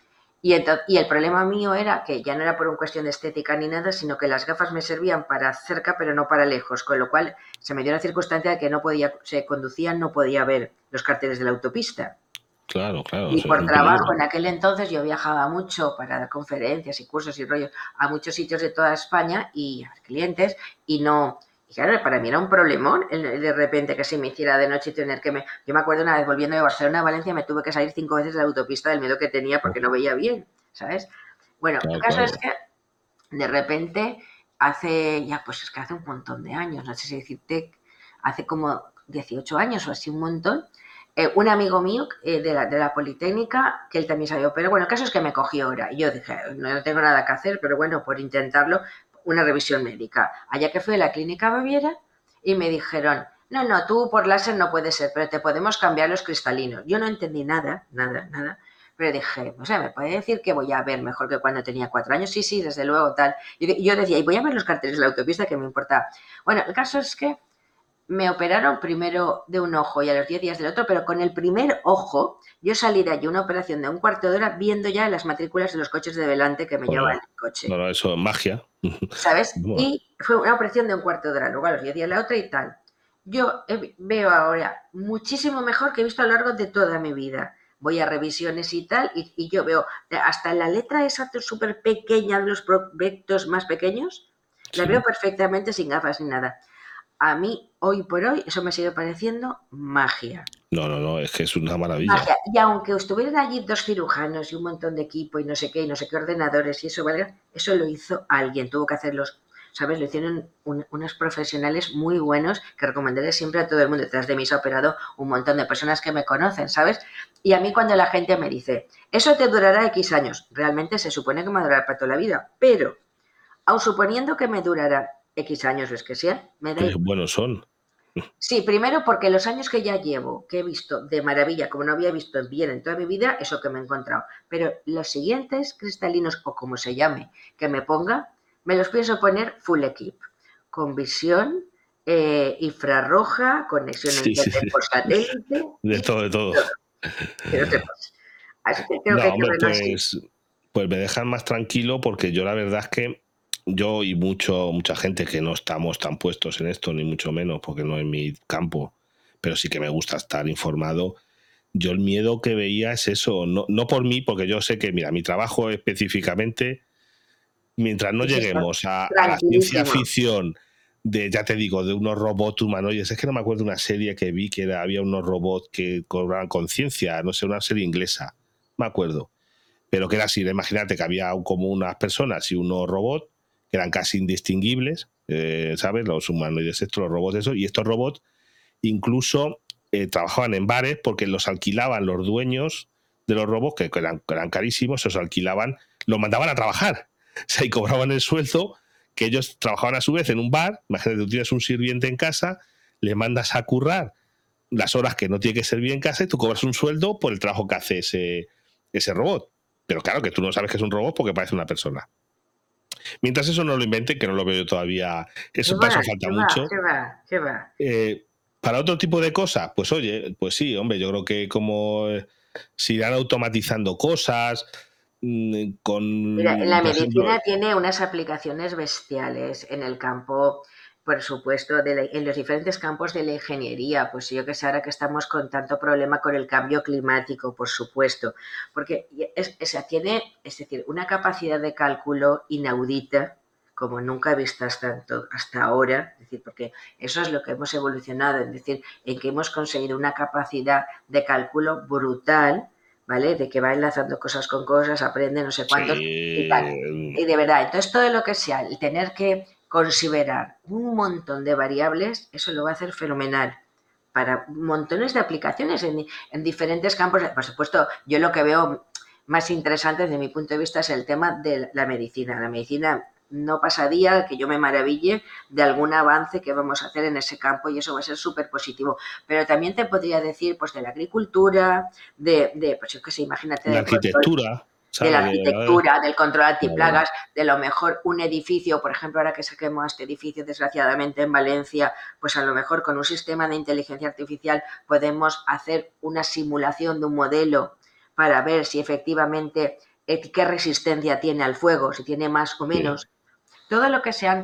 Y el problema mío era que ya no era por una cuestión de estética ni nada, sino que las gafas me servían para cerca pero no para lejos, con lo cual se me dio la circunstancia de que no podía, se conducían, no podía ver los carteles de la autopista. Claro, claro, Y eso es por un trabajo peligro. en aquel entonces yo viajaba mucho para dar conferencias y cursos y rollos a muchos sitios de toda España y a clientes y no, y claro, para mí era un problemón de repente que se me hiciera de noche y tener que yo me acuerdo una vez volviendo de Barcelona a Valencia me tuve que salir 5 veces de la autopista del miedo que tenía porque no veía bien, ¿sabes? Bueno, el Claro, caso es claro. que de repente hace, ya pues es que hace un montón de años, no sé si decirte, hace como 18 años o así un montón, un amigo mío de la Politécnica, que él también sabía, pero bueno, el caso es que me cogió ahora. Y yo dije, no tengo nada que hacer, pero bueno, por intentarlo, una revisión médica. Allá que fui a la clínica Baviera y me dijeron, no, no, tú por láser no puede ser, pero te podemos cambiar los cristalinos. Yo no entendí nada, nada, nada. Pero dije, o sea, ¿me puede decir que voy a ver mejor que cuando tenía 4 años? Sí, sí, desde luego, tal. Y yo decía, y voy a ver los carteles de la autopista, que me importa. Bueno, el caso es que me operaron primero de un ojo y a los 10 días del otro, pero con el primer ojo yo salí de allí una operación de un cuarto de hora viendo ya las matrículas de los coches de delante que me llevaba Joder. el coche, No, no, eso es magia. ¿sabes? Bueno, Y fue una operación de un cuarto de hora, luego a los 10 días la otra y tal. Yo veo ahora muchísimo mejor que he visto a lo largo de toda mi vida. Voy a revisiones y tal, y yo veo hasta la letra esa súper pequeña de los prospectos más pequeños, la veo sí. perfectamente sin gafas ni nada. A mí, hoy por hoy, eso me sigue pareciendo magia. No, no, no, es que es una maravilla. Magia. Y aunque estuvieran allí 2 cirujanos y un montón de equipo y no sé qué ordenadores y eso, ¿vale? Eso lo hizo alguien, tuvo que hacerlos, ¿sabes? Lo hicieron unos profesionales muy buenos que recomendaré siempre a todo el mundo. Detrás de mí se ha operado un montón de personas que me conocen, ¿sabes? Y a mí cuando la gente me dice, eso te durará X años, realmente se supone que me va a durar para toda la vida, pero aun suponiendo que me durará X años o es que sea, me da Qué igual. buenos son. Sí, primero porque los años que ya llevo, que he visto de maravilla, como no había visto bien en toda mi vida, eso que me he encontrado. Pero los siguientes cristalinos, o como se llame, que me ponga, me los pienso poner full equip, con visión infrarroja, conexión a Sí, sí, internet sí. por satélite De y todo, de todo. todo, que no sepas. Así que creo que No, hay que hombre, verlo así. pues me dejan más tranquilo porque yo la verdad es que yo y mucha gente que no estamos tan puestos en esto, ni mucho menos, porque no es mi campo, pero sí que me gusta estar informado. Yo el miedo que veía es eso, no, no por mí, porque yo sé que, mira, mi trabajo específicamente, mientras no Es estar lleguemos a la ciencia tranquilísimo. ficción de, ya te digo, de unos robots humanoides, es que no me acuerdo de una serie que vi que había unos robots que cobraban conciencia, no sé, una serie inglesa, me acuerdo, pero que era así, imagínate que había como unas personas y unos robots que eran casi indistinguibles, ¿sabes? Los humanoides estos, los robots esos, y estos robots incluso trabajaban en bares porque los alquilaban los dueños de los robots, que eran carísimos, se los alquilaban, los mandaban a trabajar, o sea, y cobraban el sueldo que ellos trabajaban a su vez en un bar. Imagínate, tú tienes un sirviente en casa, le mandas a currar las horas que no tiene que servir en casa y tú cobras un sueldo por el trabajo que hace ese robot. Pero claro que tú no sabes que es un robot porque parece una persona. Mientras eso no lo inventen, que no lo veo yo todavía, ¿Qué eso va? para eso falta ¿Qué va? mucho. ¿Qué va? ¿Qué va? Para otro tipo de cosas, pues oye, pues sí, hombre, yo creo que como se irán automatizando cosas, Mira, en la por ejemplo, medicina tiene unas aplicaciones bestiales en el campo, por supuesto, en los diferentes campos de la ingeniería. Pues yo que sé, ahora que estamos con tanto problema con el cambio climático, por supuesto, porque tiene, es decir, una capacidad de cálculo inaudita, como nunca he visto hasta ahora, es decir, porque eso es lo que hemos evolucionado, es decir, en que hemos conseguido una capacidad de cálculo brutal. ¿vale? De que va enlazando cosas con cosas, aprende no sé cuántos y tal. Sí, Y de verdad, entonces todo lo que sea, el tener que considerar un montón de variables, eso lo va a hacer fenomenal para montones de aplicaciones en diferentes campos. Por supuesto, yo lo que veo más interesante desde mi punto de vista es el tema de la medicina. La medicina no pasa día que yo me maraville de algún avance que vamos a hacer en ese campo y eso va a ser súper positivo. Pero también te podría decir, pues, de la agricultura, pues yo qué sé, imagínate, la arquitectura, de la ¿sabes? arquitectura, del control Claro. antiplagas, de lo mejor un edificio, por ejemplo, ahora que se quemó este edificio desgraciadamente en Valencia, pues a lo mejor con un sistema de inteligencia artificial podemos hacer una simulación de un modelo para ver si efectivamente qué resistencia tiene al fuego, si tiene más o Sí. menos. Todo lo que sean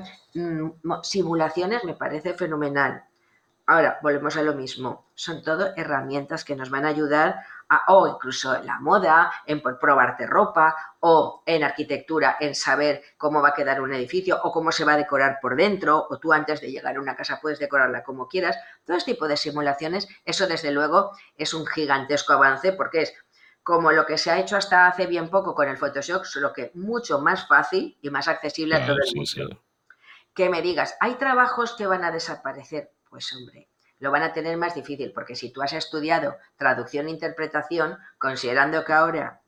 simulaciones me parece fenomenal. Ahora, volvemos a lo mismo. Son todo herramientas que nos van a ayudar o incluso en la moda, en probarte ropa, o en arquitectura, en saber cómo va a quedar un edificio o cómo se va a decorar por dentro, o tú antes de llegar a una casa puedes decorarla como quieras. Todo este tipo de simulaciones, eso desde luego es un gigantesco avance porque es como lo que se ha hecho hasta hace bien poco con el Photoshop, solo que mucho más fácil y más accesible a todo Claro, el sí, sí. mundo. Que me digas, ¿hay trabajos que van a desaparecer? Pues hombre, lo van a tener más difícil, porque si tú has estudiado traducción e interpretación, considerando que ahora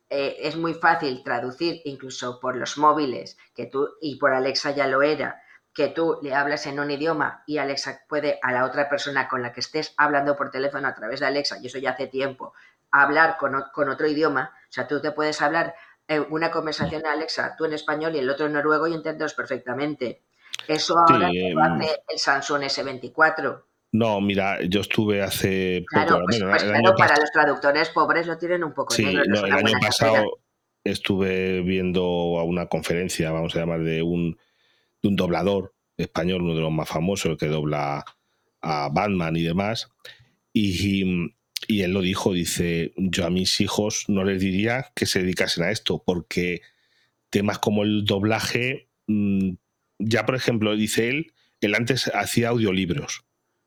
es muy fácil traducir incluso por los móviles, que tú, y por Alexa ya lo era, que tú le hablas en un idioma y Alexa puede a la otra persona con la que estés hablando por teléfono a través de Alexa, y eso ya hace tiempo, hablar con otro idioma, o sea, tú te puedes hablar una conversación a Alexa, tú en español y el otro en noruego y entenderos perfectamente. Eso ahora Sí, lo hace el Samsung S24. no, mira, yo estuve hace poco, Claro, bueno, pues el año claro, para pasado, los traductores pobres lo tienen un poco negro, sí, no es no, el una año buena carrera. pasado estuve viendo a una conferencia, vamos a llamar, de un doblador español, uno de los más famosos, el que dobla a Batman y demás, y él lo dijo, dice, yo a mis hijos no les diría que se dedicasen a esto, porque temas como el doblaje, ya por ejemplo, dice él antes hacía audiolibros,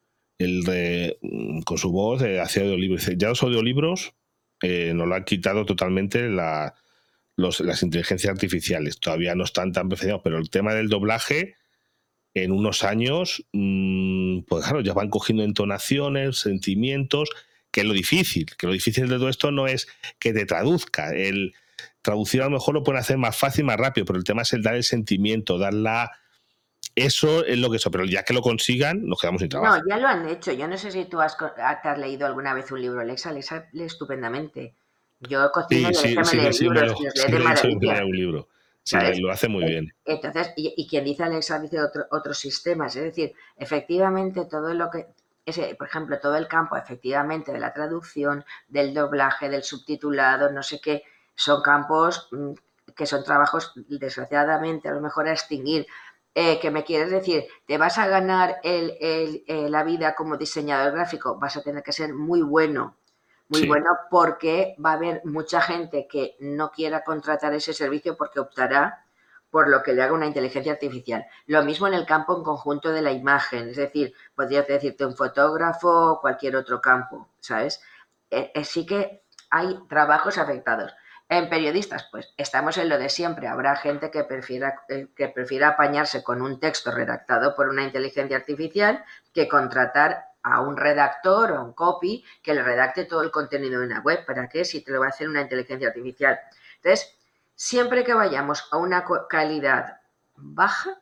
con su voz hacía audiolibros. Dice, ya los audiolibros nos lo han quitado totalmente las inteligencias artificiales. Todavía no están tan perfeccionados, pero el tema del doblaje, en unos años, pues claro, ya van cogiendo entonaciones, sentimientos, que lo difícil de todo esto no es que te traduzca. El traducir a lo mejor lo pueden hacer más fácil, más rápido, pero el tema es el dar el sentimiento, eso es lo que eso, pero ya que lo consigan, nos quedamos sin No, trabajo. ya lo han hecho. Yo no sé si tú te has leído alguna vez un libro. Alexa lee estupendamente. Yo cocino Sí, y sí, Alexa me sí, lee sí, libros y los lee sí de me he dicho que maravilla, tenía un libro. Sí, ¿sabes? lo hace muy bien. Entonces, y quien dice Alexa dice otros sistemas. Es decir, efectivamente todo lo que, por ejemplo, todo el campo efectivamente de la traducción, del doblaje, del subtitulado, no sé qué, son campos que son trabajos desgraciadamente a lo mejor a extinguir. ¿Qué me quieres decir? ¿Te vas a ganar la vida como diseñador gráfico? Vas a tener que ser muy Sí, bueno porque va a haber mucha gente que no quiera contratar ese servicio porque optará por lo que le haga una inteligencia artificial. Lo mismo en el campo en conjunto de la imagen, es decir, podrías decirte un fotógrafo o cualquier otro campo, ¿sabes? Sí que hay trabajos afectados. En periodistas, pues estamos en lo de siempre. Habrá gente que prefiera apañarse con un texto redactado por una inteligencia artificial que contratar a un redactor o un copy que le redacte todo el contenido de una web. ¿Para qué? Si te lo va a hacer una inteligencia artificial. Entonces, siempre que vayamos a una calidad baja,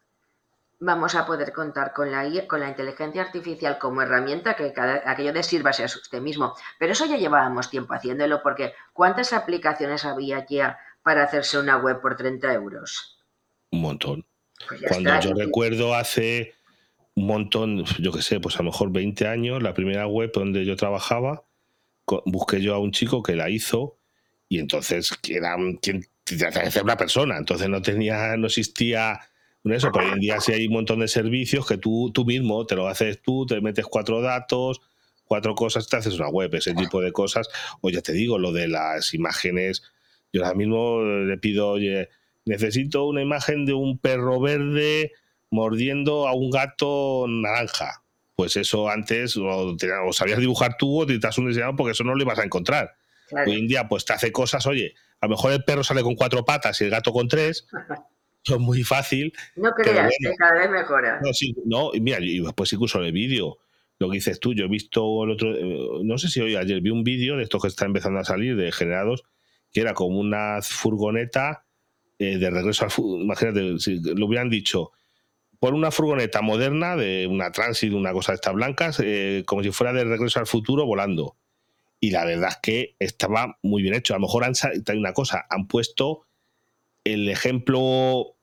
vamos a poder contar con la inteligencia artificial como herramienta que aquello de sírvase a usted mismo. Pero eso ya llevábamos tiempo haciéndolo porque ¿cuántas aplicaciones había ya para hacerse una web por 30 euros? un montón. Pues ya Cuando está. yo recuerdo hace un montón, yo qué sé, pues a lo mejor 20 años, la primera web donde yo trabajaba, busqué yo a un chico que la hizo y entonces que era quien te hace una persona, entonces no existía eso, pero hoy en día sí hay un montón de servicios que tú mismo te lo haces tú, te metes 4 datos, 4 cosas, te haces una web, ese tipo de cosas. O ya te digo, lo de las imágenes, yo ahora mismo le pido, oye, necesito una imagen de un perro verde mordiendo a un gato naranja. Pues eso antes o sabías dibujar tú o necesitas un diseñador porque eso no lo ibas a encontrar. Hoy en día pues te hace cosas, oye, a lo mejor el perro sale con 4 patas y el gato con 3, eso es muy fácil. No Pero creas, bueno, que cada vez mejora. no, sí, no, y mira, y después incluso en el vídeo, lo que dices tú, yo he visto el otro, no sé si hoy ayer vi un vídeo de estos que están empezando a salir de generados, que era como una furgoneta de regreso al futuro. Imagínate, si lo hubieran dicho, por una furgoneta moderna, de una Transit, una cosa de estas blancas, como si fuera de regreso al futuro volando. Y la verdad es que estaba muy bien hecho. A lo mejor hay una cosa, han puesto el ejemplo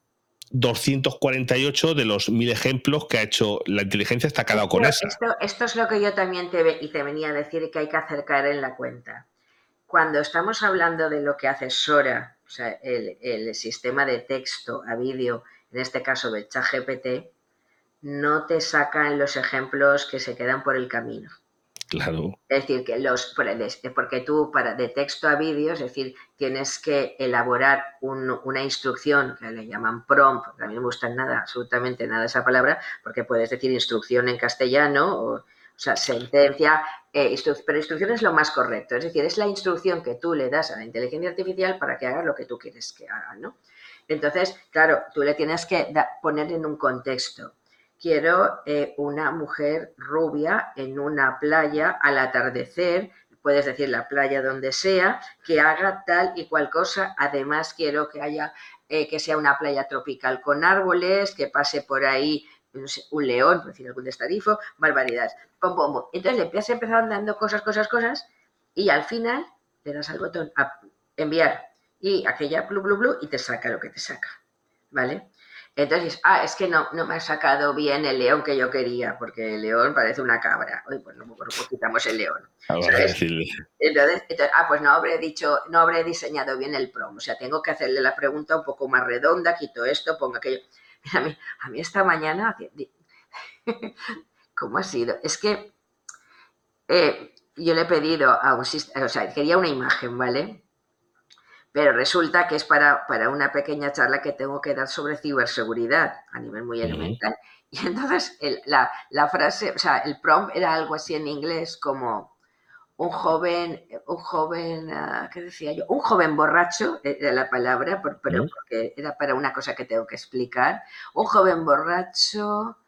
248 de los 1000 ejemplos que ha hecho la inteligencia, está calado con esa. Esto es lo que yo también te venía a decir, que hay que acercar en la cuenta. Cuando estamos hablando de lo que hace Sora, o sea, el sistema de texto a vídeo, en este caso de ChatGPT, no te sacan los ejemplos que se quedan por el camino. Claro. Es decir, que porque tú de texto a vídeo, es decir, tienes que elaborar una instrucción que le llaman prompt, porque a mí no me gusta absolutamente nada esa palabra, porque puedes decir instrucción en castellano, o sea, sentencia, pero instrucción es lo más correcto, es decir, es la instrucción que tú le das a la inteligencia artificial para que haga lo que tú quieres que haga, ¿no? Entonces, claro, tú le tienes que poner en un contexto. Quiero una mujer rubia en una playa al atardecer, puedes decir la playa donde sea, que haga tal y cual cosa. Además quiero que haya, que sea una playa tropical con árboles, que pase por ahí, no sé, un león, por decir algún destarifo, barbaridades. Pum, pum, pum. Entonces le empiezas a empezar dando cosas, y al final le das al botón a enviar y aquella blu, blu, blu, y te saca lo que te saca, ¿vale? Entonces, es que no me ha sacado bien el león que yo quería, porque el león parece una cabra. Oye, pues quitamos el león. Entonces, pues no habré diseñado bien el prompt. O sea, tengo que hacerle la pregunta un poco más redonda, quito esto, pongo aquello. A mí esta mañana, ¿cómo ha sido? Es que yo le he pedido a un sistema, o sea, quería una imagen, ¿vale? Pero resulta que es para una pequeña charla que tengo que dar sobre ciberseguridad a nivel muy elemental. Y entonces la frase, o sea, el prompt era algo así en inglés como un joven, ¿qué decía yo? Un joven borracho, era la palabra, pero porque era para una cosa que tengo que explicar. Un joven borracho,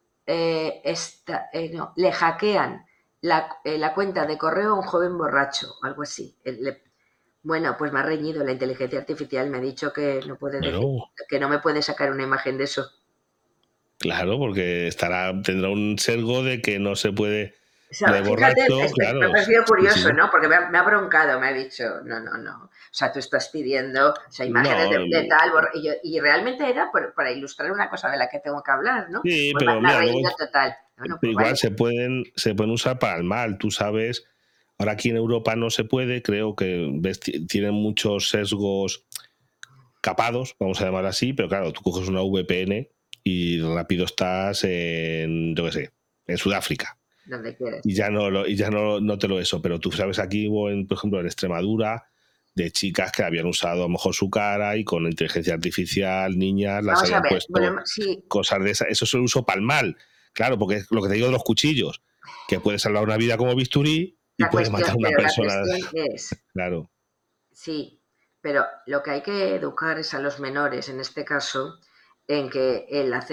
le hackean la cuenta de correo a un joven borracho, algo así. Bueno, pues me ha reñido la inteligencia artificial, me ha dicho que no puede decir, que no me puede sacar una imagen de eso. Claro, porque tendrá un sesgo de que no se puede. O sea, fíjate, claro, me ha parecido curioso, sí. ¿No? Porque me ha broncado, me ha dicho, no. O sea, tú estás pidiendo, o sea, imágenes de tal, y realmente era para ilustrar una cosa de la que tengo que hablar, ¿no? Sí, pues pero me ha reído total. Bueno, pues igual vale. se pueden usar para el mal, tú sabes. Ahora aquí en Europa no se puede, creo que tienen muchos sesgos capados, vamos a llamar así, pero claro, tú coges una VPN y rápido estás en, yo qué sé, en Sudáfrica. Donde quieras. Y ya no te lo eso, pero tú sabes, aquí por ejemplo en Extremadura, de chicas que habían usado a lo mejor su cara y con inteligencia artificial, niñas, las habían puesto cosas de esas. Eso es el uso para el mal. Claro, porque es lo que te digo de los cuchillos, que puedes salvar una vida como bisturí y puedes matar a una persona. Claro. Sí, pero lo que hay que educar es a los menores, en este caso, en que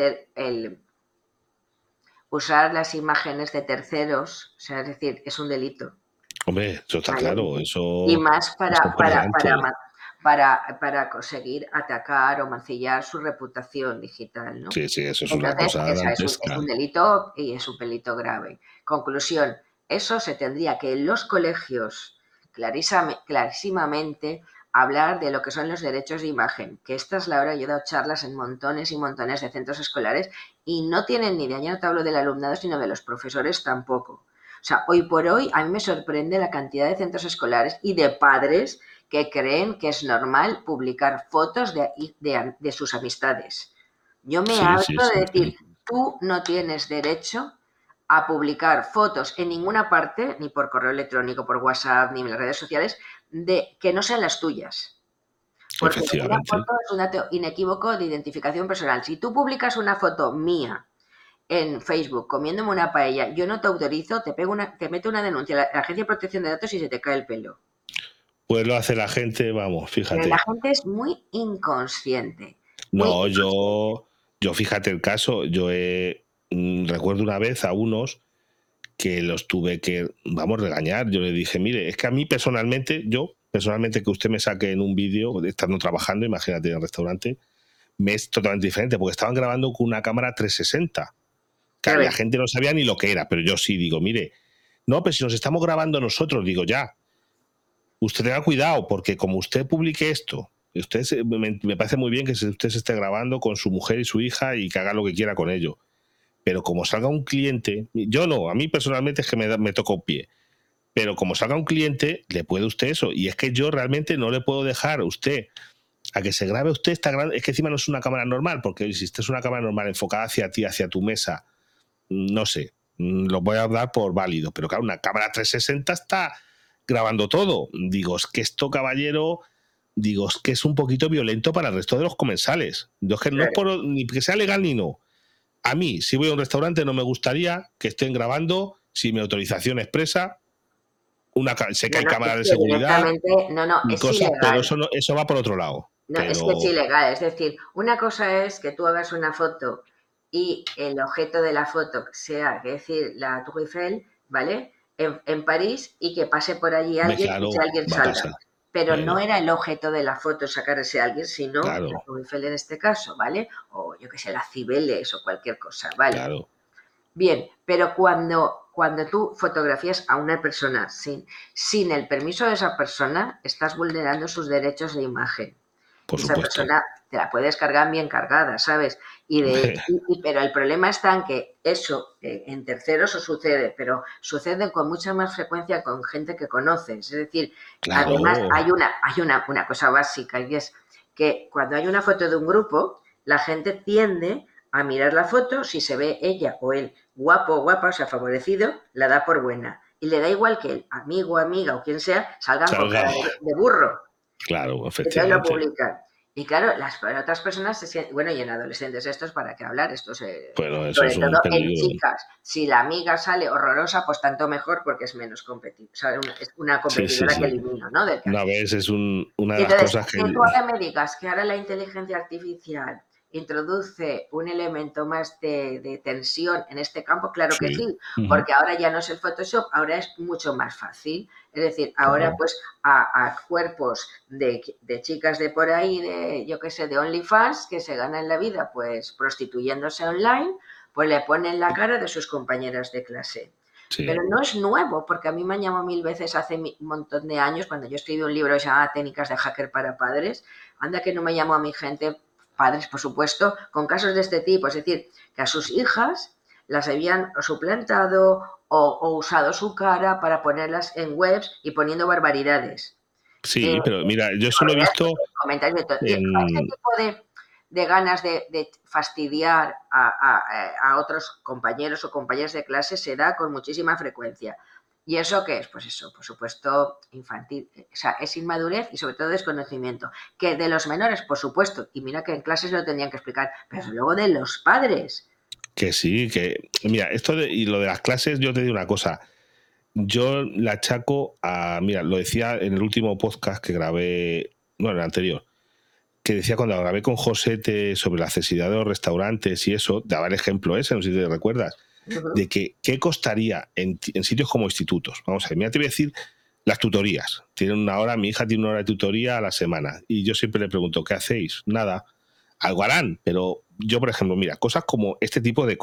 usar las imágenes de terceros, o sea, es decir, es un delito. Hombre, eso está claro. Eso, y más para conseguir atacar o mancillar su reputación digital, ¿no? Sí, eso es una cosa es un delito y es un delito grave. Conclusión, eso se tendría que en los colegios clarísimamente hablar de lo que son los derechos de imagen, que esta es la hora, yo he dado charlas en montones y montones de centros escolares y no tienen ni idea, ya no te hablo del alumnado, sino de los profesores tampoco. O sea, hoy por hoy a mí me sorprende la cantidad de centros escolares y de padres que creen que es normal publicar fotos de sus amistades. Yo me harto de decir, tú no tienes derecho a publicar fotos en ninguna parte, ni por correo electrónico, por WhatsApp, ni en las redes sociales, que no sean las tuyas. Porque una foto es un dato inequívoco de identificación personal. Si tú publicas una foto mía en Facebook comiéndome una paella, yo no te autorizo, te meto una denuncia a la Agencia de Protección de Datos y se te cae el pelo. Pues lo hace la gente, vamos, Pero la fíjate. gente es muy inconsciente. Muy No, inconsciente. yo fíjate el caso, recuerdo una vez a unos que los tuve que, vamos, regañar. Yo le dije, mire, es que a mí personalmente, que usted me saque en un vídeo, estando trabajando, imagínate en el restaurante, me es totalmente diferente, porque estaban grabando con una cámara 360. Ya Claro, y la ves. gente no sabía ni lo que era, pero yo sí digo, mire, no, pero si nos estamos grabando nosotros, digo, ya, usted tenga cuidado, porque como usted publique esto, me parece muy bien que usted se esté grabando con su mujer y su hija y que haga lo que quiera con ello. Pero como salga un cliente, yo no, a mí personalmente es que me toca un pie. Pero como salga un cliente, le puede usted eso. Y es que yo realmente no le puedo dejar a usted a que se grabe usted esta gran. Es que encima no es una cámara normal, porque si esta es una cámara normal enfocada hacia ti, hacia tu mesa, no sé, lo voy a dar por válido. Pero claro, una cámara 360 está grabando todo. Digo, es que esto, caballero, digo, es que es un poquito violento para el resto de los comensales. Yo es que no es Claro. por ni que sea legal ni no. A mí, si voy a un restaurante, no me gustaría que estén grabando sin mi autorización expresa. Sé que No, hay no, es cámaras de que seguridad directamente, no, y es cosas, pero ilegal. eso va por otro lado. No, es que es Pero, ilegal. Es decir, una cosa es que tú hagas una foto y el objeto de la foto sea, es decir, la Tour Eiffel, ¿vale? En París y que pase por allí me alguien y ese claro, alguien va a salga. pasar. Pero no Bueno, era el objeto de la foto sacar ese alguien, sino la claro, Tour Eiffel en este caso, ¿vale? O yo que sé, las Cibeles o cualquier cosa, ¿vale? claro, Bien, pero cuando tú fotografías a una persona sin el permiso de esa persona, estás vulnerando sus derechos de imagen. por Y esa supuesto. persona te la puedes cargar bien cargada, ¿sabes? Pero el problema está en que eso en terceros sucede, pero sucede con mucha más frecuencia con gente que conoces. Es decir, además Claro, hay una cosa básica y es que cuando hay una foto de un grupo, la gente tiende a mirar la foto, si se ve ella o él guapo o guapa, o sea, favorecido, la da por buena. Y le da igual que el amigo, amiga o quien sea salgan con salga, cara de burro. claro, Entonces lo efectivamente. publican. Y claro, las otras personas se sienten, bueno, y en adolescentes estos, ¿para qué hablar? Bueno, eso Sobre es un todo en peligro. chicas. Si la amiga sale horrorosa, pues tanto mejor porque es menos competitiva. O sea, es una Sí, sí, competidora que sí. elimino, ¿no? Del Una caso. vez es una Y de las entonces, cosas que. que tú ahora me digas que ahora la inteligencia artificial introduce un elemento más de tensión en este campo, claro que Sí, sí, ujú, porque ahora ya no es el Photoshop, ahora es mucho más fácil. Es decir, ahora claro. pues a cuerpos de chicas de por ahí, de yo qué sé, de OnlyFans, que se ganan la vida pues prostituyéndose online, pues le ponen la cara de sus compañeras de clase. Pero Sí, no es nuevo, porque a mí me han llamado mil veces hace un montón de años, cuando yo escribí un libro que se llama Técnicas de hacker para padres, anda que no me llamó a mi gente, padres por supuesto, con casos de este tipo, es decir, que a sus hijas las habían suplantado o usado su cara para ponerlas en webs y poniendo barbaridades. sí, pero mira, yo eso lo he visto Comentarios de todo. Y este en. tipo de ganas de fastidiar a otros compañeros o compañeras de clase se da con muchísima frecuencia. ¿Y eso qué es? Pues eso, por supuesto, infantil. O sea, es inmadurez y sobre todo desconocimiento. Que de los menores, por supuesto, y mira que en clases lo tendrían que explicar, pero luego de los padres. Que sí, que. Mira, y lo de las clases, yo te digo una cosa. Yo la achaco a. Mira, lo decía en el último podcast que grabé. Bueno, el anterior. Que decía cuando grabé con Josete sobre la accesibilidad de los restaurantes y eso, daba el ejemplo ese, no sé si te recuerdas, de Uh-huh. que qué costaría en sitios como institutos. Vamos a ver, mira, te voy a decir las tutorías. Tienen una hora, mi hija tiene una hora de tutoría a la semana y yo siempre le pregunto, ¿qué hacéis? Nada, algo harán, pero yo, por ejemplo, mira, cosas como este tipo de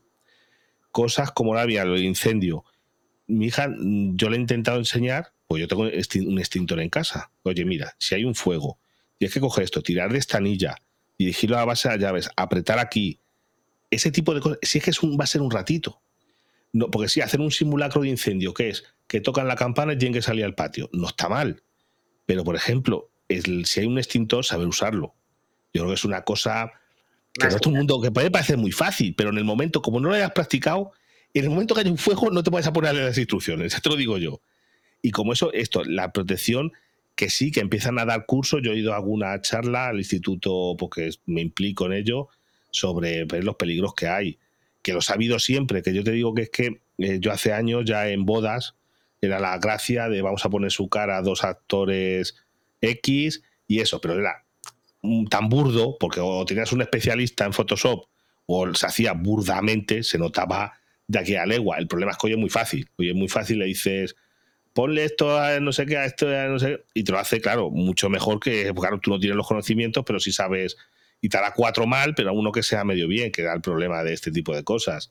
cosas como la mía, el incendio. Mi hija, yo le he intentado enseñar, pues yo tengo un extintor en casa. Oye, mira, si hay un fuego, tienes que coger esto, tirar de esta anilla, dirigirlo a la base de las llaves, apretar aquí, ese tipo de cosas, si es que va a ser un ratito. No, porque si hacer un simulacro de incendio, ¿qué es? Que tocan la campana y tienen que salir al patio. No está mal. Pero, por ejemplo, si hay un extintor, saber usarlo. Yo creo que es una cosa que Más no que todo el mundo, que puede parecer muy fácil, pero en el momento, como no lo hayas practicado, en el momento que haya un fuego, no te puedes a ponerle las instrucciones. Ya te lo digo yo. Y como la protección, que sí, que empiezan a dar cursos. Yo he ido a alguna charla al instituto, porque me implico en ello, sobre ver los peligros que hay. Que los ha habido siempre, que yo te digo que es que yo hace años ya en bodas era la gracia de vamos a poner su cara a 2 actores X y eso, pero era tan burdo, porque o tenías un especialista en Photoshop o se hacía burdamente, se notaba de aquí a legua. El problema es que hoy es muy fácil. Hoy es muy fácil, le dices, ponle esto a no sé qué, a esto a no sé qué, y te lo hace, claro, mucho mejor que, claro, tú no tienes los conocimientos, pero sí sabes, y te hará 4 mal, pero a uno que sea medio bien, que era el problema de este tipo de cosas.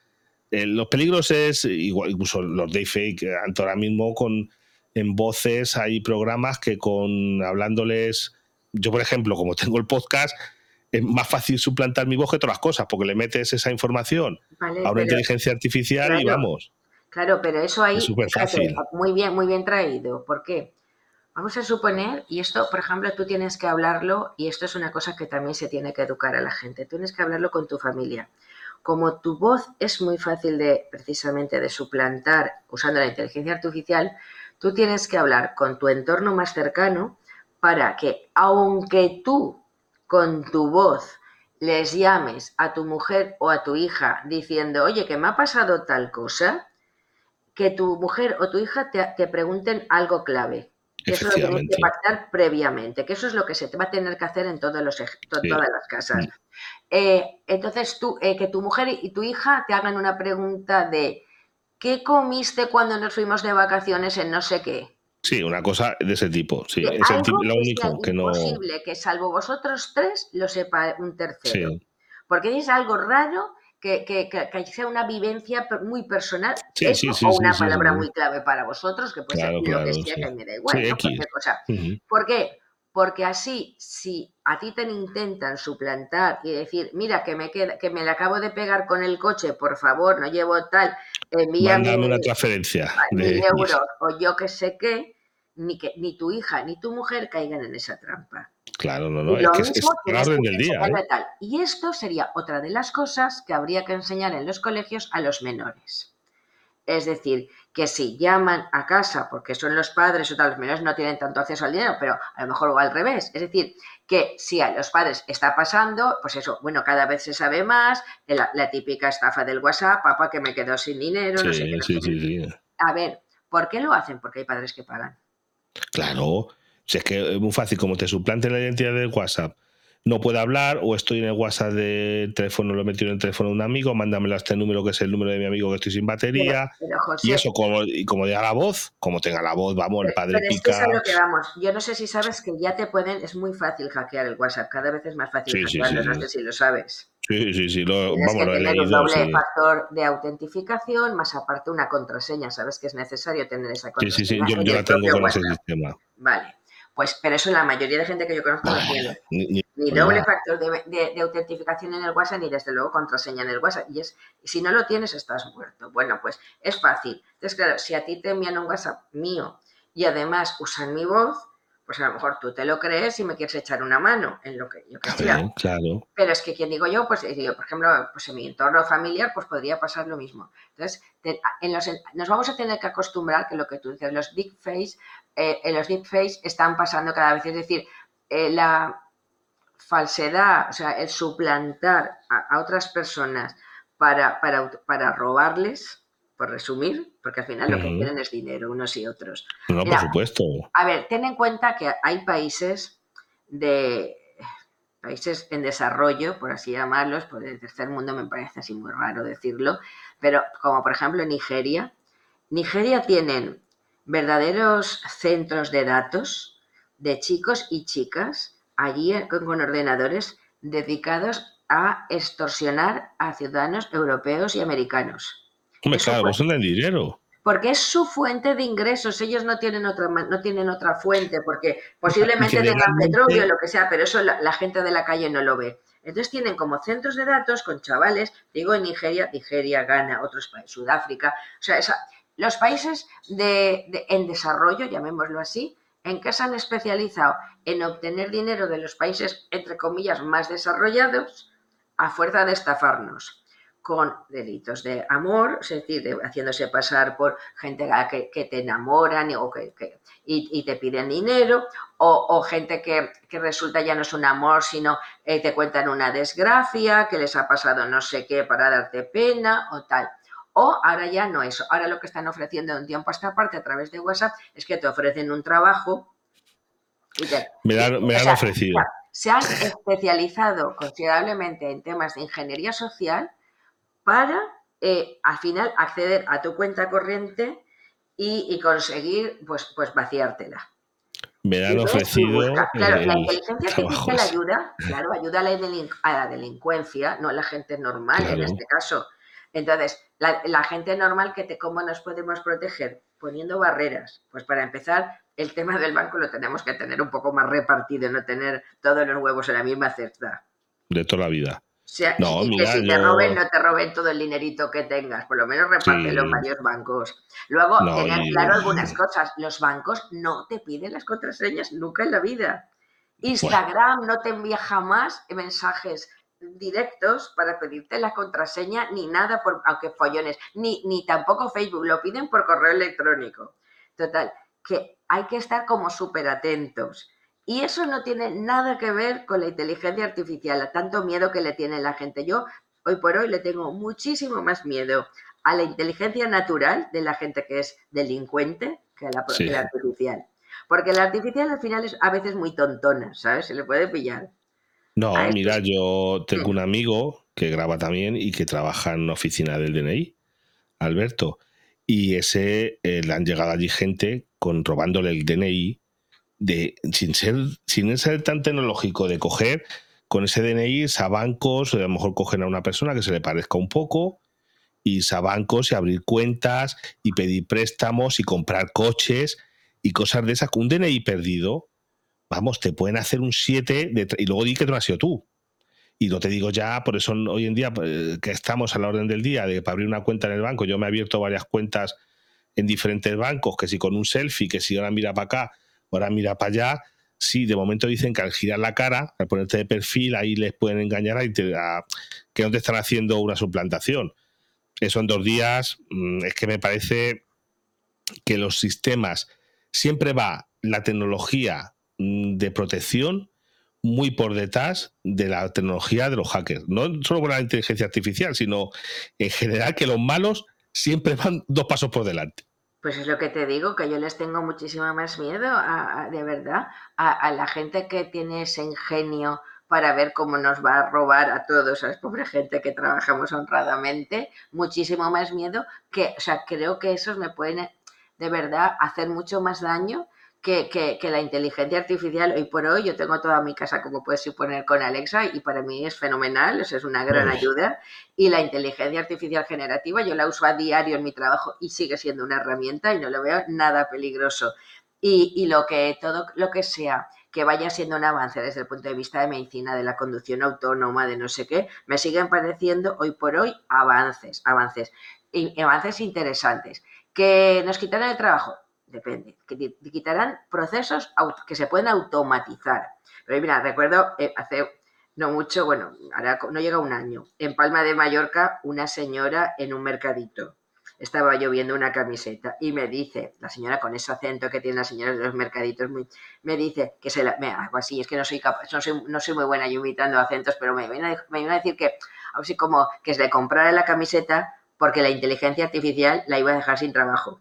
Los peligros es, igual, incluso los deepfake, ahora mismo en voces hay programas que hablándoles, yo por ejemplo, como tengo el podcast, es más fácil suplantar mi voz que todas las cosas, porque le metes esa información Vale, a una pero inteligencia artificial y claro, vamos, claro, pero eso es ahí, súper fíjate, fácil. muy bien traído. ¿Por qué? Vamos a suponer, y esto, por ejemplo, tú tienes que hablarlo, y esto es una cosa que también se tiene que educar a la gente, tienes que hablarlo con tu familia. Como tu voz es muy fácil precisamente de suplantar usando la inteligencia artificial, tú tienes que hablar con tu entorno más cercano para que, aunque tú con tu voz les llames a tu mujer o a tu hija diciendo, oye, que me ha pasado tal cosa, que tu mujer o tu hija te pregunten algo clave. Que eso lo tenéis que Efectivamente. pactar previamente, que eso es lo que se te va a tener que hacer en todas Sí. las casas. Entonces tú, que tu mujer y tu hija te hagan una pregunta de ¿qué comiste cuando nos fuimos de vacaciones en no sé qué? Sí, una cosa de ese tipo. Sí, De es algo lo que sea único que no. imposible que salvo vosotros tres lo sepa un tercero. Sí, Porque es algo raro que sea una vivencia muy personal, sí, eso, sí, sí, o sí, una sí, palabra sí. muy clave para vosotros, que puede ser Claro, lo que claro, sea, sí. que a mí me da Sí, igual, ¿no? X. Cualquier cosa. Ujú. ¿Por qué? Porque así, si a ti te intentan suplantar y decir, mira, que me le acabo de pegar con el coche, por favor, no llevo tal, envíame Mándame una transferencia de 1.000 X. euros o yo que sé qué, ni tu hija ni tu mujer caigan en esa trampa. Claro, no, Y no, es lo que mismo está a la tienes que orden del día, ¿eh? enseñarle tal. Y esto sería otra de las cosas que habría que enseñar en los colegios a los menores. Es decir, que si llaman a casa porque son los padres o tal, los menores no tienen tanto acceso al dinero, pero a lo mejor o al revés. Es decir, que si a los padres está pasando, pues eso, bueno, cada vez se sabe más, la típica estafa del WhatsApp, papá que me quedo sin dinero, no sé qué, Sí, no sé sí, qué. sí, sí. A ver, ¿por qué lo hacen? Porque hay padres que pagan. Claro. Si es que es muy fácil, como te suplanten la identidad del WhatsApp, no puedo hablar, o estoy en el WhatsApp del teléfono, lo he metido en el teléfono de un amigo, mándamelo a este número que es el número de mi amigo que estoy sin batería. Pero Y José, eso, como diga la voz, como tenga la voz, vamos, el padre pero es que es a pica. lo que vamos. Yo no sé si sabes que ya te pueden, es muy fácil hackear el WhatsApp, cada vez es más fácil Sí, sí, sí, hackearlo, no sé sí. si lo sabes. Sí, sí, sí, Tienes vamos, que lo he tener un leído, doble sí. factor de autentificación, más aparte una contraseña. Sabes que es necesario tener esa Sí, sí, sí, contraseña en yo el la tengo propio con ese WhatsApp. sistema. Vale, pues, pero eso la mayoría de gente que yo conozco no Ay, tiene. ni Ni doble ya. factor de autentificación en el WhatsApp, ni desde luego contraseña en el WhatsApp. Y si no lo tienes, estás muerto. Bueno, pues es fácil. Entonces, claro, si a ti te envían un WhatsApp mío y además usan mi voz, pues a lo mejor tú te lo crees y me quieres echar una mano en lo que yo A quisiera. ver, claro. Pero es que quien digo yo, pues yo, por ejemplo, pues en mi entorno familiar, pues podría pasar lo mismo. Entonces, nos vamos a tener que acostumbrar que lo que tú dices, los deepfakes están pasando cada vez. Es decir, la falsedad, o sea, el suplantar a otras personas para robarles, por resumir, porque al final lo que Ujú. quieren es dinero unos y otros. No, por Mira, supuesto. a ver, ten en cuenta que hay de países en desarrollo, por así llamarlos, por el tercer mundo me parece así muy raro decirlo, pero como por ejemplo Nigeria. Nigeria tienen verdaderos centros de datos de chicos y chicas allí con ordenadores dedicados a extorsionar a ciudadanos europeos y americanos. Hombre, Eso claro, fue vos no el dinero. porque es su fuente de ingresos. Ellos no tienen otra fuente, porque Y que posiblemente tengan petróleo, legalmente. lo que sea, pero eso la gente de la calle no lo ve. Entonces tienen como centros de datos con chavales, digo en Nigeria, Ghana, otros países, Sudáfrica, o sea, los países en desarrollo, llamémoslo así, ¿en qué se han especializado? En obtener dinero de los países, entre comillas, más desarrollados, a fuerza de estafarnos con delitos de amor, es decir, haciéndose pasar por gente que te enamoran y te piden dinero, o gente que resulta ya no es un amor, sino te cuentan una desgracia, que les ha pasado no sé qué para darte pena o tal. O ahora ya no eso, ahora lo que están ofreciendo de un tiempo a esta parte a través de WhatsApp es que te ofrecen un trabajo y Me o han sea, ofrecido. se han especializado considerablemente en temas de ingeniería social para al final acceder a tu cuenta corriente y conseguir pues vaciártela. Me Y han ves y busca. ofrecido Claro, la inteligencia trabajo artificial ese. ayuda, claro, ayuda a la delincuencia, no a la gente normal en Claro. este caso. Entonces, la gente normal, ¿cómo nos podemos proteger? Poniendo barreras. Pues para empezar, el tema del banco lo tenemos que tener un poco más repartido, no tener todos los huevos en la misma cesta. De toda la vida. O sea, No, y que mira, si te roben, no te roben todo el dinerito que tengas, por lo menos repártelo en sí, varios bancos. Luego, no, tener claro algunas cosas. Los bancos no te piden las contraseñas nunca en la vida. bueno, Instagram no te envía jamás mensajes directos para pedirte la contraseña ni nada, aunque follones, ni tampoco Facebook, lo piden por correo electrónico. Total, que hay que estar como súper atentos. Y eso no tiene nada que ver con la inteligencia artificial, a tanto miedo que le tiene la gente. Yo hoy por hoy le tengo muchísimo más miedo a la inteligencia natural de la gente que es delincuente que sí. la artificial. Porque la artificial al final es a veces muy tontona, ¿sabes? Se le puede pillar. A No, mira, estos, yo tengo sí, un amigo que graba también y que trabaja en una oficina del DNI, Alberto, y ese le han llegado allí gente robándole el DNI sin ser tan tecnológico de coger con ese DNI a bancos, a lo mejor cogen a una persona que se le parezca un poco, y a bancos y abrir cuentas y pedir préstamos y comprar coches y cosas de esas. Con un DNI perdido, vamos, te pueden hacer un 7 y luego di que no has sido tú. Y no te digo ya, por eso hoy en día que estamos a la orden del día para abrir una cuenta en el banco. Yo me he abierto varias cuentas en diferentes bancos, que si con un selfie, que si ahora mira para acá, ahora mira para allá. Sí, de momento dicen que al girar la cara, al ponerte de perfil, ahí les pueden engañar que no te están haciendo una suplantación. Eso en 2 días, es que me parece que los sistemas siempre va la tecnología de protección muy por detrás de la tecnología de los hackers. No solo con la inteligencia artificial, sino en general que los malos siempre van 2 pasos por delante. pues es lo que te digo, que yo les tengo muchísimo más miedo, de verdad, a la gente que tiene ese ingenio para ver cómo nos va a robar a todos, a la pobre gente que trabajamos honradamente, muchísimo más miedo o sea, creo que esos me pueden de verdad hacer mucho más daño que la inteligencia artificial. Hoy por hoy yo tengo toda mi casa, como puedes suponer, con Alexa y para mí es fenomenal, o sea, es una gran Oh, ayuda. Y la inteligencia artificial generativa yo la uso a diario en mi trabajo y sigue siendo una herramienta y no lo veo nada peligroso. Y todo lo que sea que vaya siendo un avance desde el punto de vista de medicina, de la conducción autónoma, de no sé qué, me siguen pareciendo hoy por hoy avances interesantes. ¿Que nos quitarán el trabajo? Depende. Que te quitarán procesos que se pueden automatizar. Pero mira, recuerdo hace no mucho, bueno, ahora no llega un año, en Palma de Mallorca, una señora en un mercadito. Estaba yo viendo una camiseta y me dice, la señora con ese acento que tiene la señora de los mercaditos, me dice que algo así, es que no soy capaz, no soy muy buena yo imitando acentos, pero me viene a decir que, así como que se le comprara la camiseta porque la inteligencia artificial la iba a dejar sin trabajo.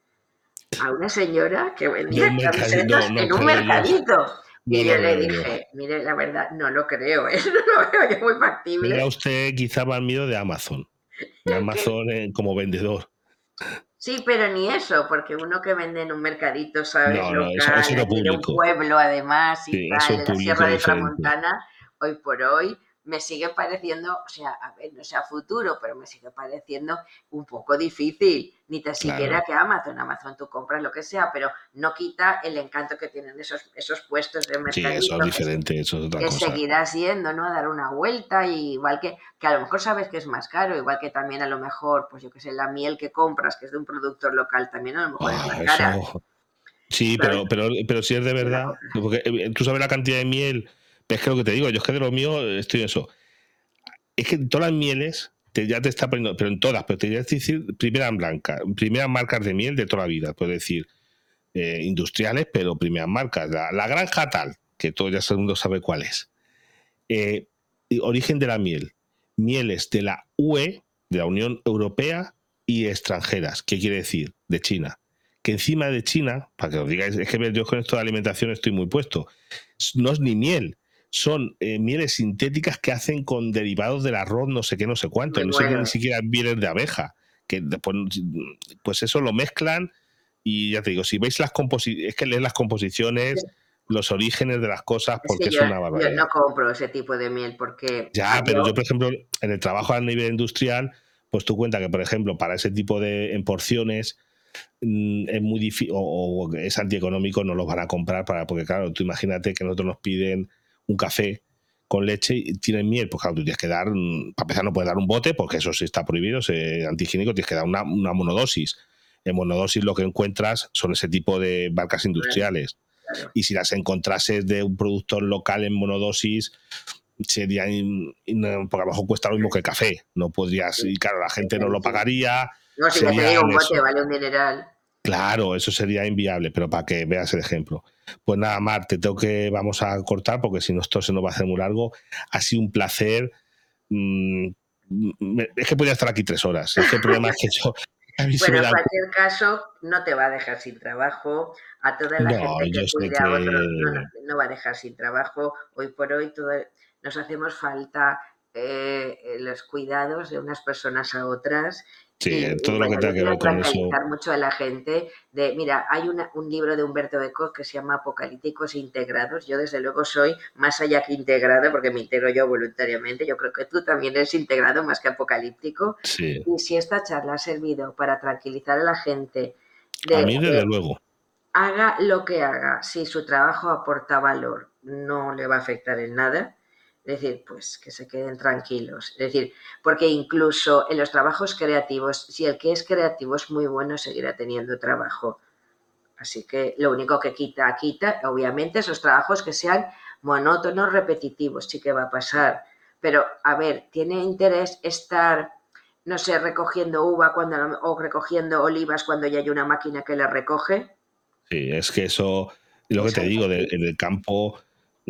A una señora que de vendía un mercadito, camisetas no en un creo yo, mercadito. no Y yo lo le veo yo. dije, mire, la verdad, no lo creo, no lo veo yo muy Tenga factible. usted quizá más miedo de Amazon como vendedor. Sí, pero ni eso, porque uno que vende en un mercadito, ¿sabes? No, no, eso es Local, otro aquí de un público. pueblo además y Sí, es tal, un de la público Sierra de diferente. Tramontana, hoy por hoy me sigue pareciendo, o sea, a ver, no sea futuro, pero me sigue pareciendo un poco difícil, ni tan siquiera Claro. que Amazon tú compras lo que sea, pero no quita el encanto que tienen esos puestos de Sí, eso es mercadito diferente, eso es otra que cosa. seguirás yendo, ¿no? A dar una vuelta, y igual que a lo mejor sabes que es más caro, igual que también a lo mejor, pues yo que sé, la miel que compras, que es de un productor local, también a lo mejor es más cara, Eso. Sí, ¿sabes? pero si es de De la verdad, compra. porque tú sabes la cantidad de miel, es que lo que te digo, yo es que de lo mío estoy en eso. Es que en todas las mieles ya te está poniendo, pero en todas, pero te voy a decir primeras marcas de miel de toda la vida, puedes decir industriales, pero primeras marcas. La granja tal, que todo ya todo el mundo sabe cuál es. Y origen de la miel. Mieles de la UE, de la Unión Europea, y extranjeras. ¿Qué quiere decir? De China. Que encima de China, para que os digáis, es que yo con esto de alimentación estoy muy puesto, no es ni miel, son mieles sintéticas que hacen con derivados del arroz, no sé qué, no sé cuánto, no sé qué, ni siquiera vienen de abeja, que después, pues eso lo mezclan y ya te digo, si veis es que leer las composiciones, los orígenes de las cosas, porque es una barbaridad. Yo no compro ese tipo de miel porque... Ya, pero yo, por ejemplo, en el trabajo a nivel industrial, pues tú cuenta que, por ejemplo, para ese tipo de en porciones es muy difícil o es antieconómico, no los van a comprar porque claro, tú imagínate que nosotros nos piden un café con leche y tienen miel, pues claro, tú tienes que dar, para empezar no puedes dar un bote porque eso sí está prohibido, es antihigiénico, tienes que dar una monodosis. En monodosis lo que encuentras son ese tipo de marcas industriales. Claro. Y si las encontrases de un productor local en monodosis, sería porque a lo mejor cuesta lo mismo que el café, no podrías, y claro, la gente no lo pagaría. No, si me te digo un bote, vale un dineral. Claro, eso sería inviable, pero para que veas el ejemplo. Pues nada, Mar, vamos a cortar porque si no esto se nos va a hacer muy largo. Ha sido un placer. Es que podría estar aquí 3 horas. Es que el problema es que yo... Bueno, en cualquier caso, no te va a dejar sin trabajo. A toda la gente que cuide a otros no va a dejar sin trabajo. Hoy por hoy nos hacemos falta los cuidados de unas personas a otras. Sí, todo lo que tenga que ver con eso. Mucho a la gente mira, hay un libro de Humberto Eco que se llama Apocalípticos Integrados. Yo desde luego soy más allá que integrado porque me integro yo voluntariamente. Yo creo que tú también eres integrado más que apocalíptico. Sí. Y si esta charla ha servido para tranquilizar a la gente, a mí desde luego. Haga lo que haga, si su trabajo aporta valor, no le va a afectar en nada. Es decir, pues que se queden tranquilos. Es decir, porque incluso en los trabajos creativos, si el que es creativo es muy bueno, seguirá teniendo trabajo. Así que lo único que quita, obviamente, esos trabajos que sean monótonos, repetitivos, sí que va a pasar. Pero, a ver, ¿tiene interés estar, no sé, recogiendo uva o recogiendo olivas cuando ya hay una máquina que las recoge? Sí, es que eso, lo que te digo, en el campo...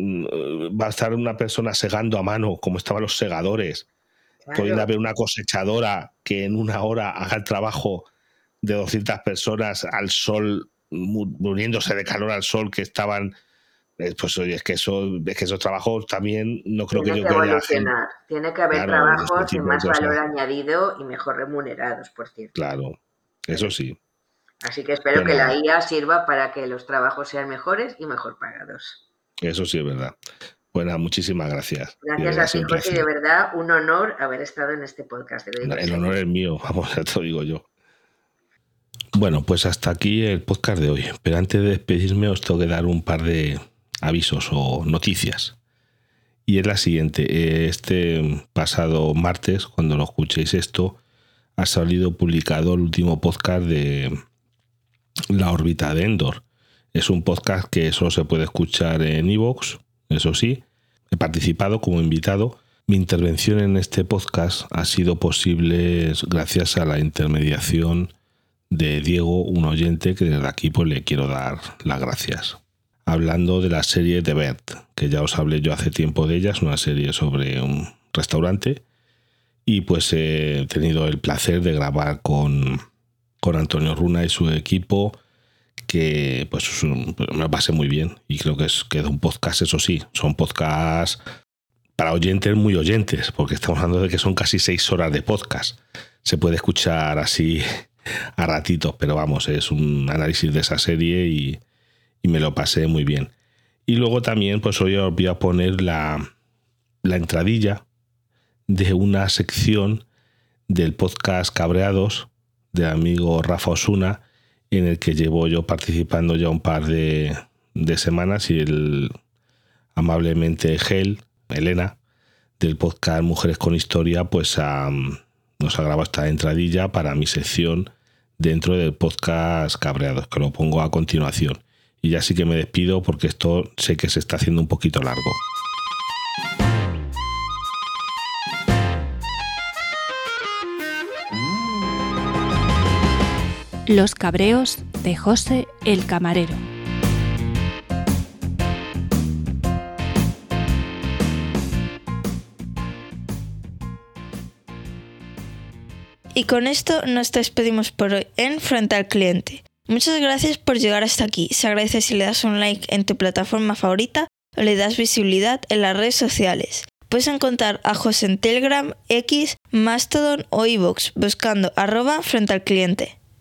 va a estar una persona segando a mano, como estaban los segadores. Claro. Puede haber una cosechadora que en 1 hora haga el trabajo de 200 personas al sol, muriéndose de calor al sol, que estaban... Pues oye, es que esos trabajos también no creo que yo que evolucionar. Tiene que haber trabajos de más valor añadido y mejor remunerados, por cierto. Claro, eso sí. Así que espero que la IA sirva para que los trabajos sean mejores y mejor pagados. Eso sí es verdad. Bueno, muchísimas gracias. Gracias a ti, José, de verdad, un honor haber estado en este podcast. El honor es mío, vamos, ya te lo digo yo. Bueno, pues hasta aquí el podcast de hoy. Pero antes de despedirme os tengo que dar un par de avisos o noticias. Y es la siguiente. Este pasado martes, cuando lo escuchéis esto, ha salido publicado el último podcast de La órbita de Endor. Es un podcast que solo se puede escuchar en iVoox, eso sí. He participado como invitado. Mi intervención en este podcast ha sido posible gracias a la intermediación de Diego, un oyente que desde aquí pues le quiero dar las gracias. Hablando de la serie The Bert, que ya os hablé yo hace tiempo de ella, es una serie sobre un restaurante y pues he tenido el placer de grabar con Antonio Runa y su equipo, que pues me pasé muy bien y creo que queda un podcast, eso sí, son podcasts para oyentes muy oyentes, porque estamos hablando de que son casi 6 horas de podcast. Se puede escuchar así a ratitos, pero vamos, es un análisis de esa serie y me lo pasé muy bien. Y luego también pues hoy os voy a poner la entradilla de una sección del podcast Cabreados del amigo Rafa Osuna, en el que llevo yo participando ya un par de semanas y el amablemente Elena, del podcast Mujeres con Historia, pues nos ha grabado esta entradilla para mi sección dentro del podcast Cabreados, que lo pongo a continuación. Y ya sí que me despido porque esto sé que se está haciendo un poquito largo. Los cabreos de José el Camarero. Y con esto nos despedimos por hoy en Frente al Cliente. Muchas gracias por llegar hasta aquí. Se agradece si le das un like en tu plataforma favorita o le das visibilidad en las redes sociales. Puedes encontrar a José en Telegram, X, Mastodon o iVoox buscando @Frente al Cliente.